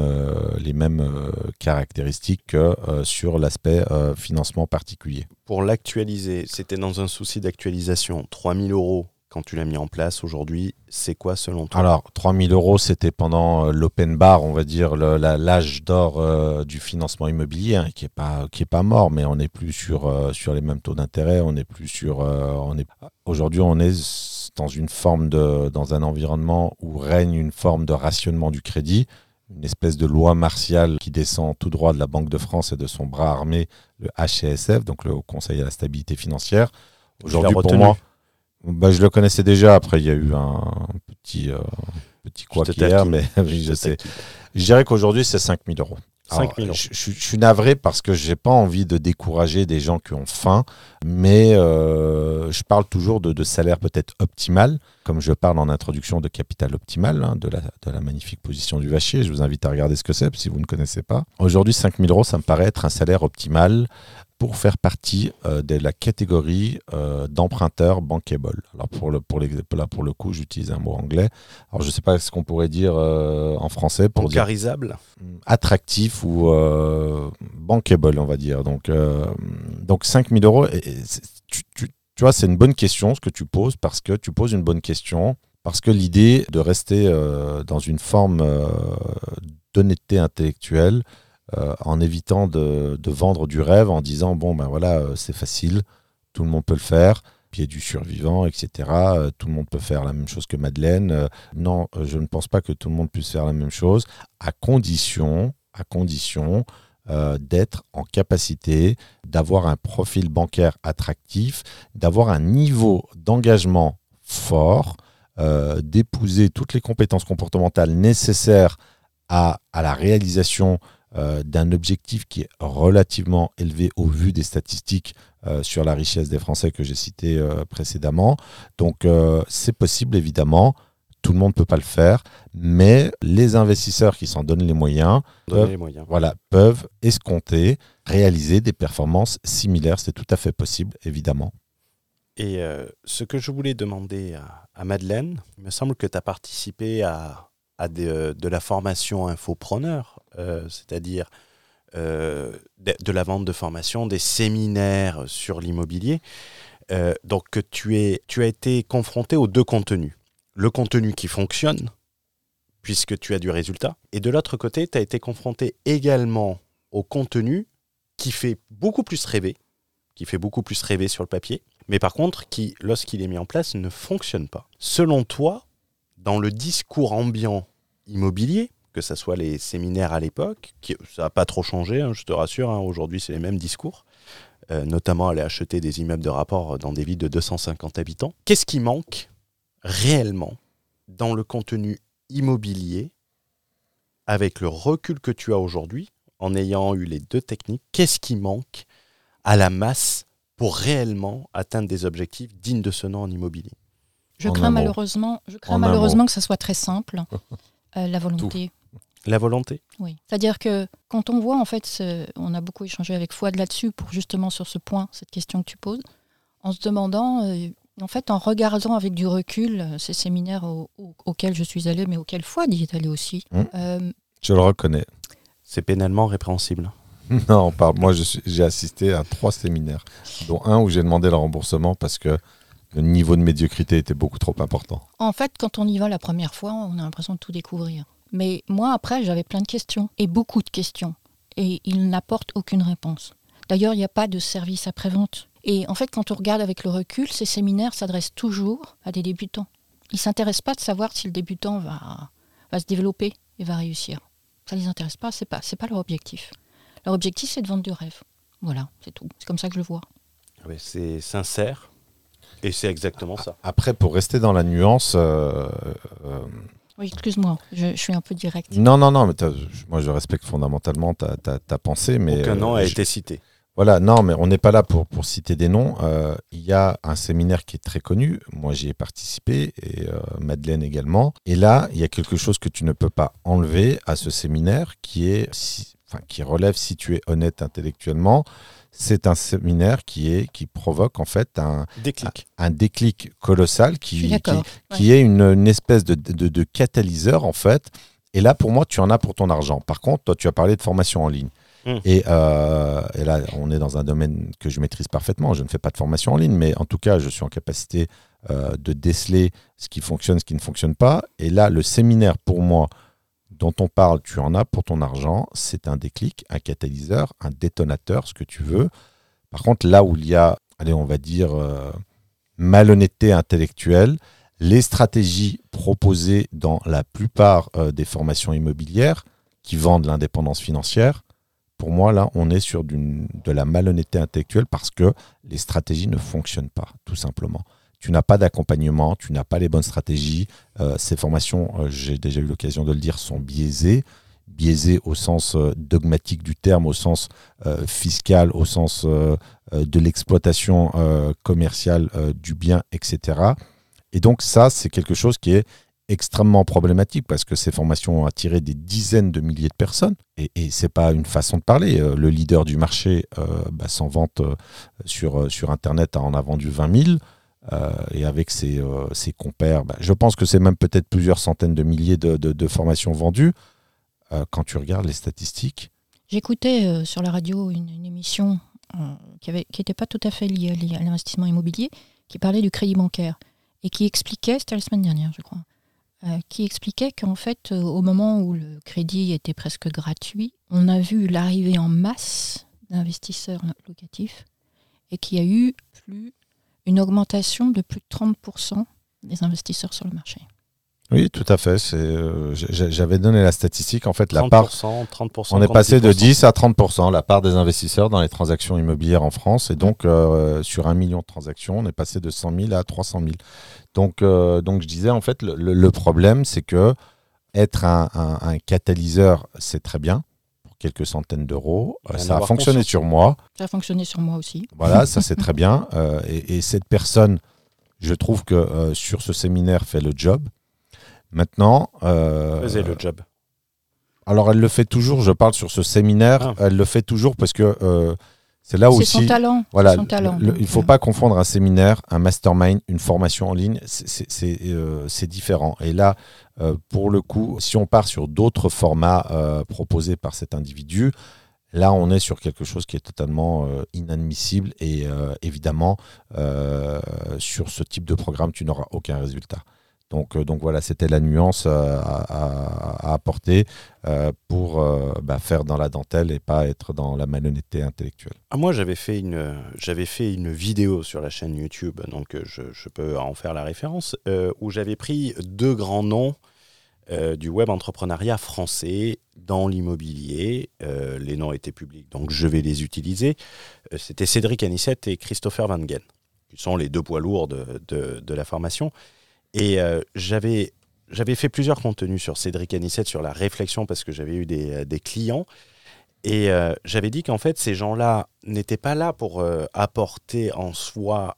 caractéristiques que sur l'aspect financement particulier.
Pour l'actualiser, c'était dans un souci d'actualisation, 3 000 € quand tu l'as mis en place aujourd'hui, c'est quoi selon toi?
Alors, 3 000 €, c'était pendant l'open bar, on va dire, l'âge d'or du financement immobilier, hein, qui est pas mort, mais on n'est plus sur les mêmes taux d'intérêt. On n'est plus aujourd'hui, on est dans un environnement où règne une forme de rationnement du crédit, une espèce de loi martiale qui descend tout droit de la Banque de France et de son bras armé, le HCSF, donc le Haut Conseil à la stabilité financière. Aujourd'hui, pour moi... je le connaissais déjà. Après, il y a eu un petit couac hier, mais je sais. Je dirais qu'aujourd'hui, c'est 5 000 €.
5 000 €.
Je suis navré parce que je n'ai pas envie de décourager des gens qui ont faim, mais je parle toujours de salaire peut-être optimal, comme je parle en introduction de capital optimal, hein, de la magnifique position du Vachier. Je vous invite à regarder ce que c'est, si vous ne connaissez pas. Aujourd'hui, 5 000 €, ça me paraît être un salaire optimal pour faire partie de la catégorie d'emprunteurs bankable. Alors pour le coup, j'utilise un mot anglais. Alors je ne sais pas ce qu'on pourrait dire en français pour
bancarisable,
attractif ou bankable, on va dire. Donc 5 000 €. Tu vois, c'est une bonne question ce que tu poses, parce que tu poses une bonne question, parce que l'idée de rester dans une forme d'honnêteté intellectuelle, en évitant de vendre du rêve, en disant c'est facile, tout le monde peut le faire, pied du survivant, etc. Tout le monde peut faire la même chose que Madeleine. Non, je ne pense pas que tout le monde puisse faire la même chose, à condition d'être en capacité d'avoir un profil bancaire attractif, d'avoir un niveau d'engagement fort, d'épouser toutes les compétences comportementales nécessaires à la réalisation d'un objectif qui est relativement élevé au vu des statistiques sur la richesse des Français que j'ai citées précédemment. Donc c'est possible, évidemment. Tout le monde ne peut pas le faire, mais les investisseurs qui s'en donnent les moyens peuvent escompter, réaliser des performances similaires. C'est tout à fait possible, évidemment.
Et ce que je voulais demander à Madeleine, il me semble que tu as participé à de la formation infopreneur, c'est-à-dire de la vente de formation, des séminaires sur l'immobilier. Donc tu as été confronté aux deux contenus. Le contenu qui fonctionne, puisque tu as du résultat. Et de l'autre côté, tu as été confronté également au contenu qui fait beaucoup plus rêver, qui fait beaucoup plus rêver sur le papier, mais par contre, qui, lorsqu'il est mis en place, ne fonctionne pas. Selon toi, dans le discours ambiant immobilier, que ce soit les séminaires à l'époque, ça n'a pas trop changé, hein, je te rassure, hein, aujourd'hui c'est les mêmes discours, notamment aller acheter des immeubles de rapport dans des villes de 250 habitants. Qu'est-ce qui manque réellement dans le contenu immobilier avec le recul que tu as aujourd'hui, en ayant eu les deux techniques? Qu'est-ce qui manque à la masse pour réellement atteindre des objectifs dignes de ce nom en immobilier?
Je crains malheureusement que ça soit très simple. La volonté.
La volonté.
Oui. C'est-à-dire que quand on voit, en fait, on a beaucoup échangé avec Fouad là-dessus pour justement sur ce point, cette question que tu poses, en se demandant, en fait, en regardant avec du recul ces séminaires auxquels je suis allée, mais auxquels Fouad y est allé aussi.
Je le reconnais.
C'est pénalement répréhensible.
Non, moi j'ai assisté à 3 séminaires, dont un où j'ai demandé le remboursement parce que le niveau de médiocrité était beaucoup trop important.
En fait, quand on y va la première fois, on a l'impression de tout découvrir. Mais moi, après, j'avais plein de questions, et beaucoup de questions. Et ils n'apportent aucune réponse. D'ailleurs, il n'y a pas de service après-vente. Et en fait, quand on regarde avec le recul, ces séminaires s'adressent toujours à des débutants. Ils ne s'intéressent pas de savoir si le débutant va se développer et va réussir. Ça ne les intéresse pas, c'est pas leur objectif. Leur objectif, c'est de vendre du rêve. Voilà, c'est tout. C'est comme ça que je le vois.
Oui, c'est sincère. Et c'est exactement ça.
Après, pour rester dans la nuance...
Oui, excuse-moi, je suis un peu direct.
Non, mais moi je respecte fondamentalement ta pensée. Mais
aucun nom a été cité.
Voilà, non, mais on n'est pas là pour citer des noms. Il y a un séminaire qui est très connu. Moi, j'y ai participé, et Madeleine également. Et là, il y a quelque chose que tu ne peux pas enlever à ce séminaire qui relève, si tu es honnête intellectuellement, c'est un séminaire qui provoque en fait un déclic colossal qui est une espèce de catalyseur en fait. Et là, pour moi, tu en as pour ton argent. Par contre, toi, tu as parlé de formation en ligne. Et là, on est dans un domaine que je maîtrise parfaitement. Je ne fais pas de formation en ligne, mais en tout cas, je suis en capacité de déceler ce qui fonctionne, ce qui ne fonctionne pas. Et là, le séminaire, pour moi, dont on parle, tu en as pour ton argent, c'est un déclic, un catalyseur, un détonateur, ce que tu veux. Par contre, là où il y a, on va dire, malhonnêteté intellectuelle, les stratégies proposées dans la plupart des formations immobilières qui vendent l'indépendance financière, pour moi, là, on est sur de la malhonnêteté intellectuelle parce que les stratégies ne fonctionnent pas, tout simplement. Tu n'as pas d'accompagnement, tu n'as pas les bonnes stratégies. Ces formations, j'ai déjà eu l'occasion de le dire, sont biaisées au sens dogmatique du terme, au sens fiscal, au sens de l'exploitation commerciale du bien, etc. Et donc ça, c'est quelque chose qui est extrêmement problématique parce que ces formations ont attiré des dizaines de milliers de personnes et c'est pas une façon de parler. Le leader du marché s'en vante sur Internet, en a vendu 20 000. Et avec ses compères, je pense que c'est même peut-être plusieurs centaines de milliers de formations vendues. Quand tu regardes les statistiques.
J'écoutais sur la radio une émission qui n'était pas tout à fait liée à l'investissement immobilier, qui parlait du crédit bancaire et qui expliquait, c'était la semaine dernière je crois, qui expliquait qu'en fait au moment où le crédit était presque gratuit, on a vu l'arrivée en masse d'investisseurs locatifs et qu'il y a eu une augmentation de plus de 30% des investisseurs sur le marché.
Oui, tout à fait. J'avais donné la statistique. En fait,
30%,
on est passé de 10 à 30%, la part des investisseurs dans les transactions immobilières en France. Et donc, sur 1 million de transactions, on est passé de 100 000 à 300 000. Donc je disais, en fait, le problème, c'est que être un catalyseur, c'est très bien. Quelques centaines d'euros. Ça a fonctionné sur moi.
Ça a fonctionné sur moi aussi.
Voilà, ça c'est très bien. Et cette personne, je trouve que sur ce séminaire, fait le job. Maintenant...
faisait le job.
Alors elle le fait toujours, je parle sur ce séminaire, elle le fait toujours parce que c'est là aussi...
C'est son talent.
Voilà,
c'est son talent.
Il ne faut pas confondre un séminaire, un mastermind, une formation en ligne, c'est différent. Et là, pour le coup, si on part sur d'autres formats proposés par cet individu, là, on est sur quelque chose qui est totalement inadmissible et évidemment, sur ce type de programme, tu n'auras aucun résultat. Donc voilà, c'était la nuance à apporter pour faire dans la dentelle et pas être dans la malhonnêteté intellectuelle.
Moi, j'avais fait une vidéo sur la chaîne YouTube, donc je peux en faire la référence, où j'avais pris 2 grands noms du web entrepreneuriat français dans l'immobilier. Les noms étaient publics, donc je vais les utiliser. C'était Cédric Anissette et Christopher Van Gen, qui sont les 2 poids lourds de la formation. Et j'avais fait plusieurs contenus sur Cédric Anissette, sur la réflexion, parce que j'avais eu des clients. Et j'avais dit qu'en fait, ces gens-là n'étaient pas là pour apporter en soi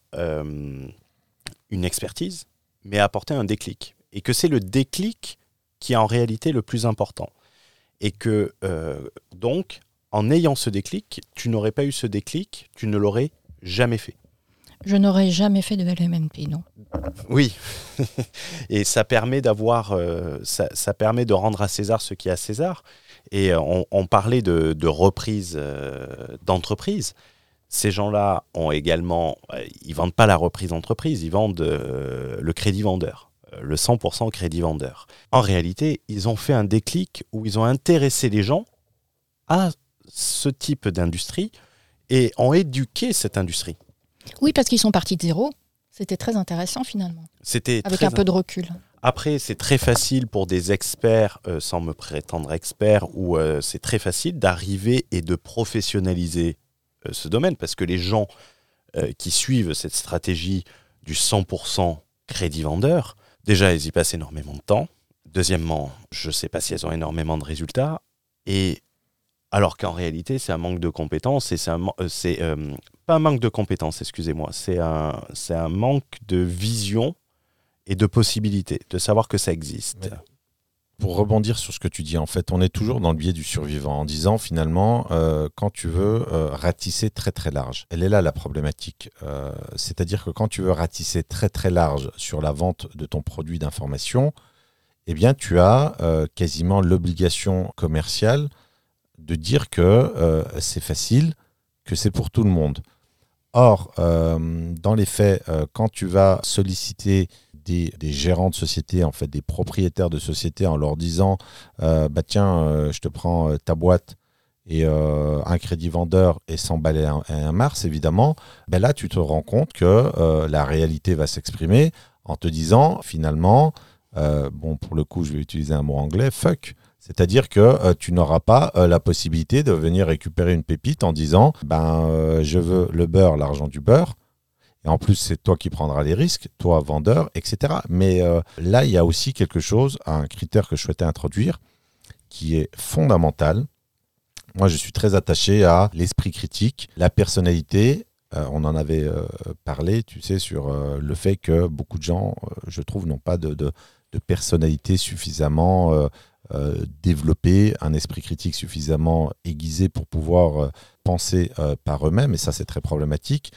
une expertise, mais apporter un déclic. Et que c'est le déclic qui est en réalité le plus important. Et que donc, en ayant ce déclic, tu n'aurais pas eu ce déclic, tu ne l'aurais jamais fait.
Je n'aurais jamais fait de LMNP, non.
Oui, et ça permet d'avoir, ça permet de rendre à César ce qui est à César. Et on parlait de reprise d'entreprise. Ces gens-là ont également, ils vendent pas la reprise d'entreprise, ils vendent le crédit vendeur, le 100% crédit vendeur. En réalité, ils ont fait un déclic où ils ont intéressé les gens à ce type d'industrie et ont éduqué cette industrie.
Oui, parce qu'ils sont partis de zéro. C'était très intéressant finalement.
C'était
avec un peu de recul.
Après, c'est très facile pour des experts, sans me prétendre expert, où c'est très facile d'arriver et de professionnaliser ce domaine, parce que les gens qui suivent cette stratégie du 100% crédit vendeur, déjà, ils y passent énormément de temps. Deuxièmement, je ne sais pas si elles ont énormément de résultats. Et alors qu'en réalité, c'est un manque de compétences, et c'est pas un manque de compétences, excusez-moi, c'est un manque de vision et de possibilités, de savoir que ça existe.
Mais pour rebondir sur ce que tu dis, en fait, on est toujours dans le biais du survivant, en disant finalement, quand tu veux ratisser très très large, elle est là la problématique. C'est-à-dire que quand tu veux ratisser très très large sur la vente de ton produit d'information, eh bien tu as quasiment l'obligation commerciale de dire que c'est facile, que c'est pour tout le monde. Or, dans les faits, quand tu vas solliciter des gérants de société, en fait des propriétaires de société, en leur disant je te prends ta boîte et un crédit vendeur et 100 balais un mars, évidemment, là tu te rends compte que la réalité va s'exprimer en te disant finalement, pour le coup je vais utiliser un mot anglais, fuck. C'est-à-dire que tu n'auras pas la possibilité de venir récupérer une pépite en disant je veux le beurre, l'argent du beurre. Et en plus, c'est toi qui prendras les risques, toi vendeur, etc. Mais là, il y a aussi quelque chose, un critère que je souhaitais introduire, qui est fondamental. Moi, je suis très attaché à l'esprit critique, la personnalité. On en avait parlé, tu sais, sur le fait que beaucoup de gens, je trouve, n'ont pas de personnalité suffisamment développer un esprit critique suffisamment aiguisé pour pouvoir penser par eux-mêmes, et ça c'est très problématique.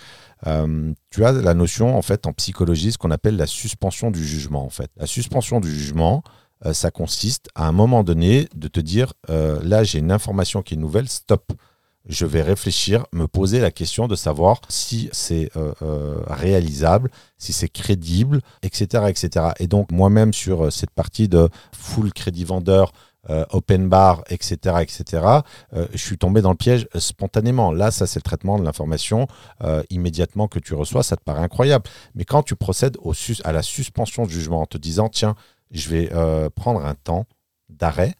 Tu as la notion en fait en psychologie, ce qu'on appelle la suspension du jugement. En fait, la suspension du jugement, ça consiste à un moment donné de te dire là j'ai une information qui est nouvelle, stop. Je vais réfléchir, me poser la question de savoir si c'est réalisable, si c'est crédible, etc., etc. Et donc, moi-même, sur cette partie de full crédit vendeur, open bar, etc., etc., je suis tombé dans le piège spontanément. Là, ça, c'est le traitement de l'information immédiatement que tu reçois. Ça te paraît incroyable. Mais quand tu procèdes à la suspension de jugement en te disant, tiens, je vais prendre un temps d'arrêt,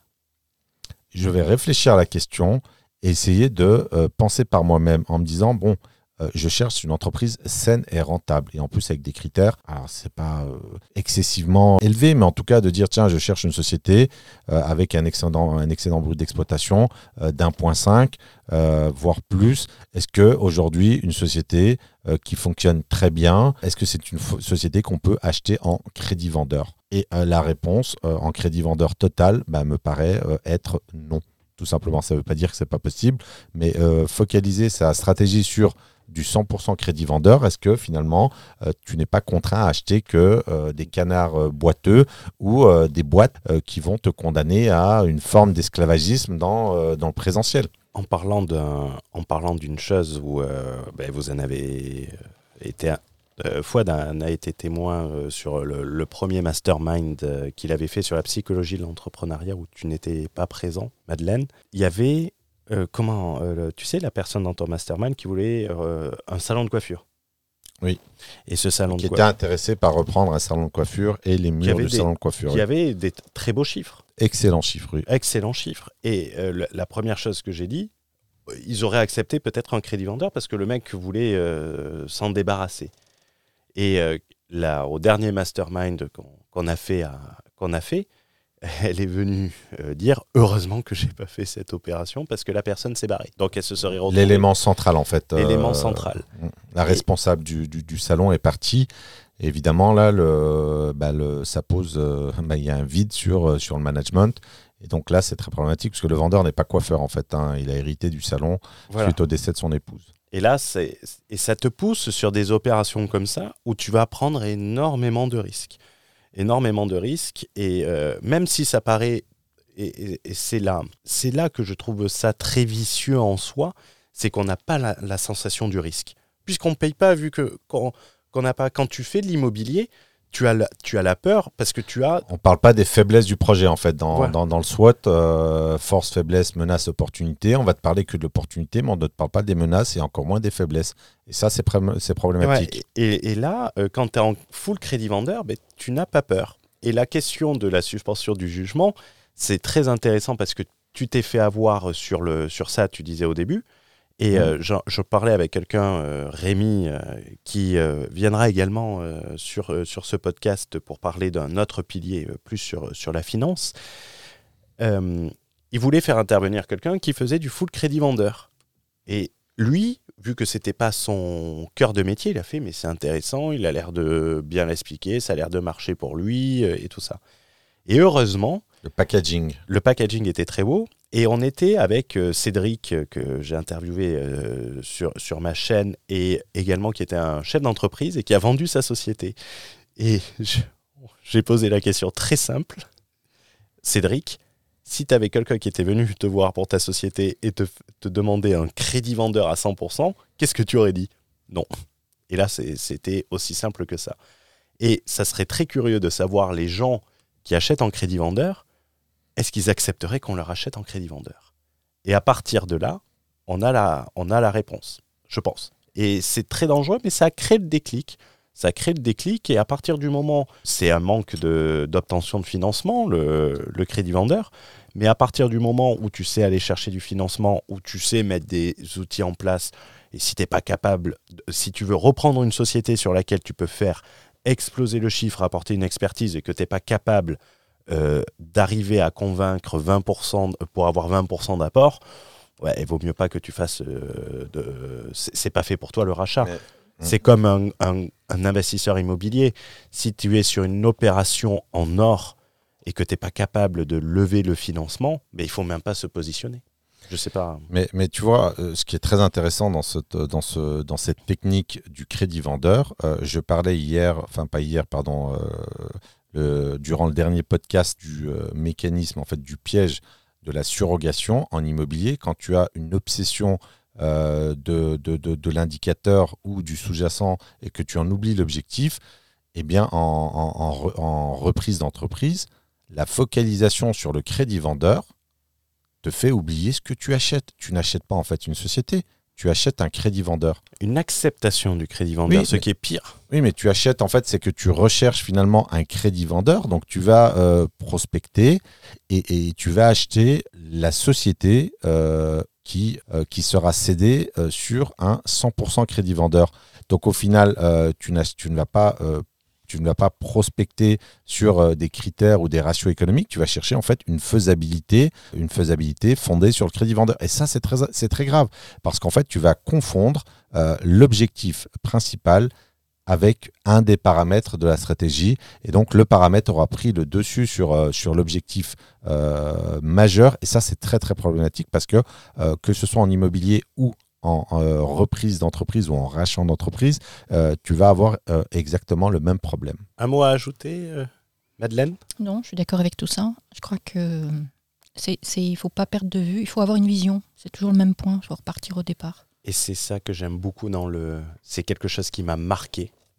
je vais réfléchir à la question, essayer de penser par moi-même en me disant, je cherche une entreprise saine et rentable. Et en plus, avec des critères, alors c'est pas excessivement élevé, mais en tout cas de dire, tiens, je cherche une société avec un excédent brut d'exploitation d'1,5, voire plus. Est-ce qu'aujourd'hui, une société qui fonctionne très bien, est-ce que c'est une société qu'on peut acheter en crédit vendeur ? Et la réponse en crédit vendeur total me paraît être non. Tout simplement, ça ne veut pas dire que ce n'est pas possible, mais focaliser sa stratégie sur du 100% crédit vendeur, est-ce que finalement, tu n'es pas contraint à acheter que des canards boiteux ou des boîtes qui vont te condamner à une forme d'esclavagisme dans le présentiel ?
En parlant d'une chose où vous en avez été Fouad a été témoin sur le premier mastermind qu'il avait fait sur la psychologie de l'entrepreneuriat où tu n'étais pas présent, Madeleine. Il y avait, tu sais, la personne dans ton mastermind qui voulait un salon de coiffure.
Oui.
Et ce salon
qui était intéressé par reprendre un salon de coiffure et les murs du salon de coiffure.
Il y avait des très beaux chiffres.
Excellents chiffres, oui.
Excellents chiffres. Et la première chose que j'ai dit, ils auraient accepté peut-être un crédit vendeur parce que le mec voulait s'en débarrasser. Et au dernier mastermind qu'on a fait, elle est venue dire « Heureusement que je n'ai pas fait cette opération parce que la personne s'est barrée. » Donc elle se serait retrouvée...
L'élément central, en fait.
L'élément central.
La responsable du salon est partie. Évidemment, là, ça pose... il y a un vide sur le management. Et donc là, c'est très problématique parce que le vendeur n'est pas coiffeur, en fait. Il a hérité du salon suite au décès de son épouse.
Et là, ça te pousse sur des opérations comme ça où tu vas prendre énormément de risques. Énormément de risques. Et même si ça paraît... Et c'est là que je trouve ça très vicieux en soi, c'est qu'on n'a pas la sensation du risque. Puisqu'on ne paye pas, vu qu'on n'a pas... Quand tu fais de l'immobilier, tu as la peur parce que tu as...
On ne parle pas des faiblesses du projet, en fait. Dans le SWOT, force, faiblesse, menace, opportunité, on va te parler que de l'opportunité, mais on ne te parle pas des menaces et encore moins des faiblesses. Et ça, c'est problématique.
Ouais, et là, quand tu es en full crédit vendeur, tu n'as pas peur. Et la question de la suspension du jugement, c'est très intéressant parce que tu t'es fait avoir sur ça, tu disais au début. Et je parlais avec quelqu'un, Rémi, qui viendra également sur ce podcast pour parler d'un autre pilier plus sur la finance. Il voulait faire intervenir quelqu'un qui faisait du full crédit vendeur. Et lui, vu que ce n'était pas son cœur de métier, il a fait « mais c'est intéressant, il a l'air de bien l'expliquer, ça a l'air de marcher pour lui et tout ça ». Et heureusement... Le packaging était très beau. Et on était avec Cédric, que j'ai interviewé sur ma chaîne, et également qui était un chef d'entreprise et qui a vendu sa société. Et j'ai posé la question très simple. Cédric, si tu avais quelqu'un qui était venu te voir pour ta société et te demander un crédit vendeur à 100%, qu'est-ce que tu aurais dit ? Non. Et là, c'était aussi simple que ça. Et ça serait très curieux de savoir les gens qui achètent en crédit vendeur, est-ce qu'ils accepteraient qu'on leur achète en crédit vendeur ? Et à partir de là, on a la réponse, je pense. Et c'est très dangereux, mais ça crée le déclic. Ça crée le déclic et à partir du moment, c'est un manque d'obtention de financement, le crédit vendeur, mais à partir du moment où tu sais aller chercher du financement, où tu sais mettre des outils en place, et si tu n'es pas capable, si tu veux reprendre une société sur laquelle tu peux faire exploser le chiffre, apporter une expertise et que tu n'es pas capable d'arriver à convaincre 20% pour avoir 20% d'apport, il vaut mieux pas que tu fasses c'est pas fait pour toi le rachat. C'est comme un investisseur immobilier. Si tu es sur une opération en or et que tu n'es pas capable de lever le financement, il ne faut même pas se positionner. Je sais pas.
Mais tu vois, ce qui est très intéressant dans cette technique du crédit vendeur, je parlais durant le dernier podcast du mécanisme, en fait, du piège de la surrogation en immobilier. Quand tu as une obsession de l'indicateur ou du sous-jacent et que tu en oublies l'objectif, eh bien, en reprise d'entreprise, la focalisation sur le crédit vendeur te fait oublier ce que tu achètes. Tu n'achètes pas en fait une société, tu achètes un crédit vendeur.
Une acceptation du crédit vendeur, qui est pire.
Oui, mais tu achètes, en fait, c'est que tu recherches finalement un crédit vendeur. Donc, tu vas prospecter et tu vas acheter la société qui sera cédée sur un 100% crédit vendeur. Donc, au final, tu ne vas pas prospecter sur des critères ou des ratios économiques, tu vas chercher en fait une faisabilité fondée sur le crédit vendeur. Et ça, c'est très grave parce qu'en fait, tu vas confondre l'objectif principal avec un des paramètres de la stratégie. Et donc, le paramètre aura pris le dessus sur l'objectif majeur. Et ça, c'est très, très problématique parce que ce soit en immobilier ou en reprise d'entreprise ou en rachat d'entreprise, tu vas avoir exactement le même problème.
Un mot à ajouter, Madeleine ?
Non, je suis d'accord avec tout ça. Je crois que il ne faut pas perdre de vue, il faut avoir une vision. C'est toujours le même point, il faut repartir au départ.
Et c'est ça que j'aime beaucoup c'est quelque chose qui m'a marqué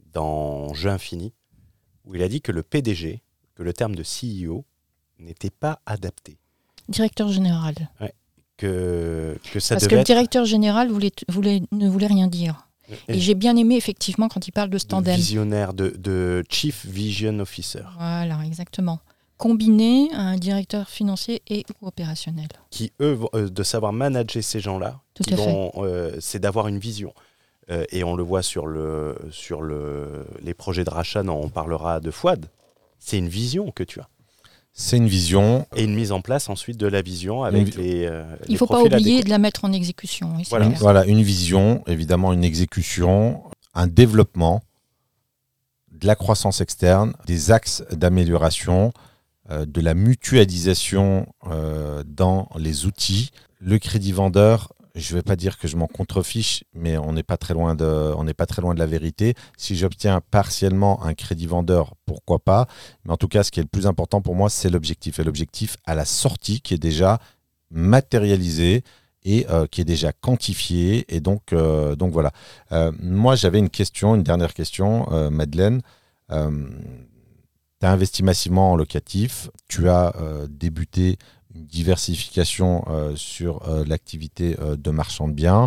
dans Jeu Infini, où il a dit que le PDG, que le terme de CEO n'était pas adapté.
Directeur général.
Ouais. Que ça
Parce
devait
que le
être...
directeur général ne voulait rien dire. Et j'ai bien aimé effectivement quand il parle de ce tandem.
Visionnaire, de Chief Vision Officer.
Voilà, exactement. Combiné à un directeur financier et opérationnel.
Qui, eux, de savoir manager ces gens-là,
Tout à fait.
C'est d'avoir une vision. Et on le voit sur les projets de rachat, on parlera de Fouad. C'est une vision que tu as.
C'est une vision.
Et une mise en place ensuite de la vision avec les
il ne faut pas oublier de la mettre en exécution. Oui,
voilà, une vision, évidemment une exécution, un développement, de la croissance externe, des axes d'amélioration, de la mutualisation dans les outils. Le crédit vendeur, je ne vais pas dire que je m'en contrefiche, mais on n'est pas très loin de la vérité. Si j'obtiens partiellement un crédit vendeur, pourquoi pas ? Mais en tout cas, ce qui est le plus important pour moi, c'est l'objectif. Et l'objectif à la sortie qui est déjà matérialisé et qui est déjà quantifié. Et donc voilà. Moi, j'avais une dernière question, Madeleine. Tu as investi massivement en locatif. Tu as débuté une diversification sur l'activité de marchand de biens.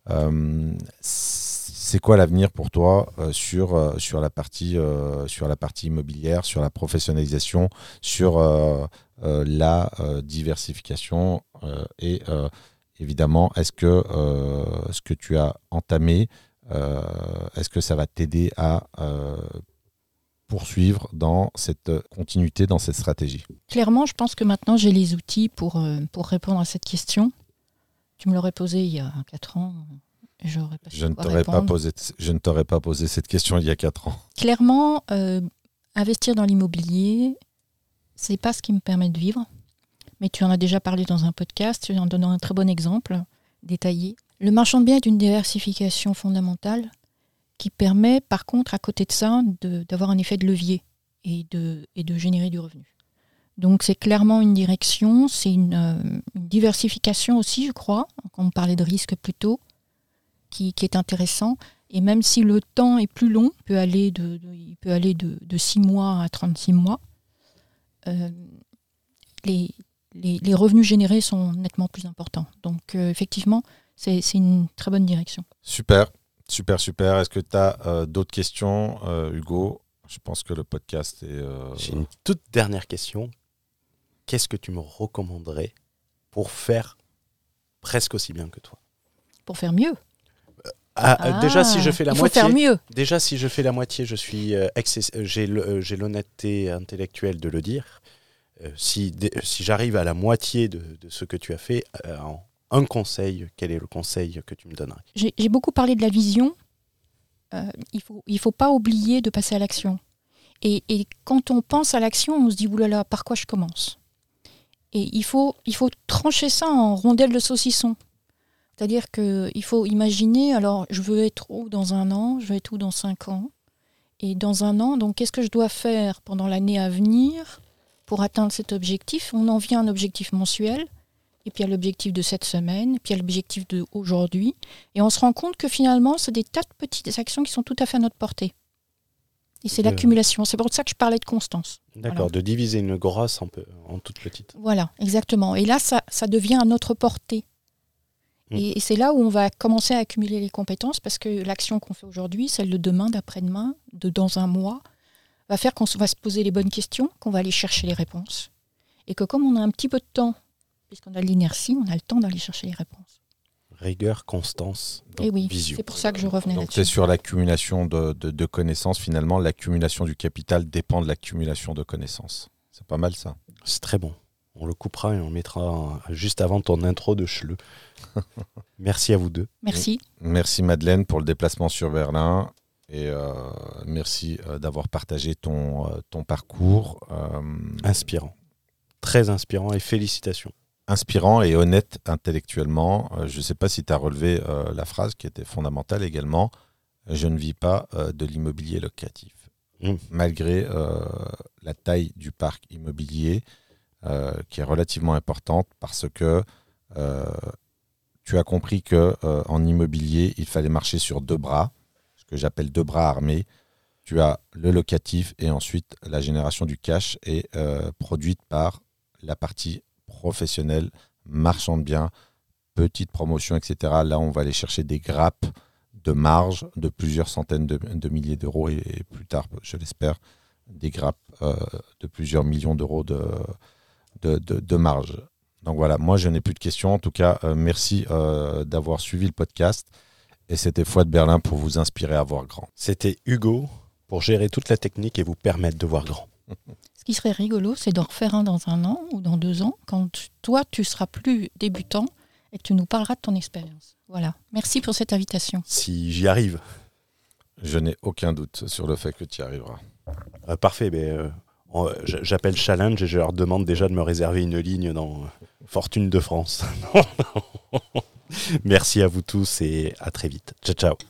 C'est quoi l'avenir pour toi sur la partie immobilière, sur la professionnalisation, sur la diversification et évidemment, est-ce que ce que tu as entamé, est-ce que ça va t'aider à poursuivre dans cette continuité, dans cette stratégie?
Clairement, je pense que maintenant j'ai les outils pour répondre à cette question. Tu me l'aurais posée il y a 4 ans. Je ne
t'aurais pas posé cette question il y a 4 ans.
Clairement, investir dans l'immobilier, ce n'est pas ce qui me permet de vivre. Mais tu en as déjà parlé dans un podcast, en donnant un très bon exemple détaillé. Le marchand de biens est une diversification fondamentale qui permet, par contre, à côté de ça, d'avoir un effet de levier et de générer du revenu. Donc, c'est clairement une direction, c'est une diversification aussi, je crois, quand on parlait de risque plus tôt, qui est intéressant. Et même si le temps est plus long, il peut aller de 6 mois à 36 mois, les revenus générés sont nettement plus importants. Donc, effectivement, c'est une très bonne direction.
Super. Est-ce que tu as d'autres questions, Hugo? Je pense que le podcast est...
J'ai une toute dernière question. Qu'est-ce que tu me recommanderais pour faire presque aussi bien que toi?
Pour faire mieux.
Déjà, si je fais la moitié...
faire mieux.
Déjà, si je fais la moitié, j'ai l'honnêteté intellectuelle de le dire. Si j'arrive à la moitié de ce que tu as fait... Un conseil, quel est le conseil que tu me donnerais?
J'ai beaucoup parlé de la vision. Il faut pas oublier de passer à l'action. Et quand on pense à l'action, on se dit oulala, par quoi je commence? Et il faut trancher ça en rondelles de saucisson. C'est-à-dire qu'il faut imaginer, alors je veux être où dans 1 an, je veux être où dans 5 ans. Et dans 1 an, donc qu'est-ce que je dois faire pendant l'année à venir pour atteindre cet objectif? On en vient à un objectif mensuel. Et puis il y a l'objectif de cette semaine, puis il y a l'objectif d'aujourd'hui. Et on se rend compte que finalement, c'est des tas de petites actions qui sont tout à fait à notre portée. Et c'est l'accumulation. C'est pour ça que je parlais de constance.
D'accord,
voilà.
De diviser une grosse en toutes petites.
Voilà, exactement. Et là, ça devient à notre portée. Et c'est là où on va commencer à accumuler les compétences, parce que l'action qu'on fait aujourd'hui, celle de demain, d'après-demain, de dans 1 mois, va faire qu'on va se poser les bonnes questions, qu'on va aller chercher les réponses. Et que comme on a un petit peu de temps, puisqu'on a de l'inertie, on a le temps d'aller chercher les réponses.
Rigueur, constance,
et oui,
vision.
C'est pour ça que je revenais
donc
là-dessus.
c'est sur l'accumulation de connaissances. Finalement, l'accumulation du capital dépend de l'accumulation de connaissances. C'est pas mal ça.
C'est très bon. On le coupera et on le mettra juste avant ton intro de Chleu. Merci à vous deux.
Merci.
Merci Madeleine pour le déplacement sur Berlin. Et merci d'avoir partagé ton parcours.
Inspirant. Très inspirant et félicitations.
Inspirant et honnête intellectuellement. Je ne sais pas si tu as relevé la phrase qui était fondamentale également. Je ne vis pas de l'immobilier locatif. Malgré la taille du parc immobilier qui est relativement importante, parce que tu as compris qu'en immobilier, il fallait marcher sur 2 bras, ce que j'appelle 2 bras armés. tu as le locatif et ensuite la génération du cash est produite par la partie professionnelle, marchand de biens, petite promotion, etc. Là, on va aller chercher des grappes de marge de plusieurs centaines de milliers d'euros et plus tard, je l'espère, des grappes de plusieurs millions d'euros de marge. Donc voilà, moi je n'ai plus de questions. En tout cas, merci d'avoir suivi le podcast. Et c'était Fouad Berlin pour vous inspirer à voir grand.
C'était Hugo pour gérer toute la technique et vous permettre de voir grand.
Ce qui serait rigolo, c'est d'en refaire un dans 1 an ou dans 2 ans, quand toi, tu seras plus débutant et que tu nous parleras de ton expérience. Voilà. Merci pour cette invitation.
Si j'y arrive.
Je n'ai aucun doute sur le fait que tu y arriveras.
Parfait. J'appelle Challenge et je leur demande déjà de me réserver une ligne dans Fortune de France. Merci à vous tous et à très vite. Ciao, ciao.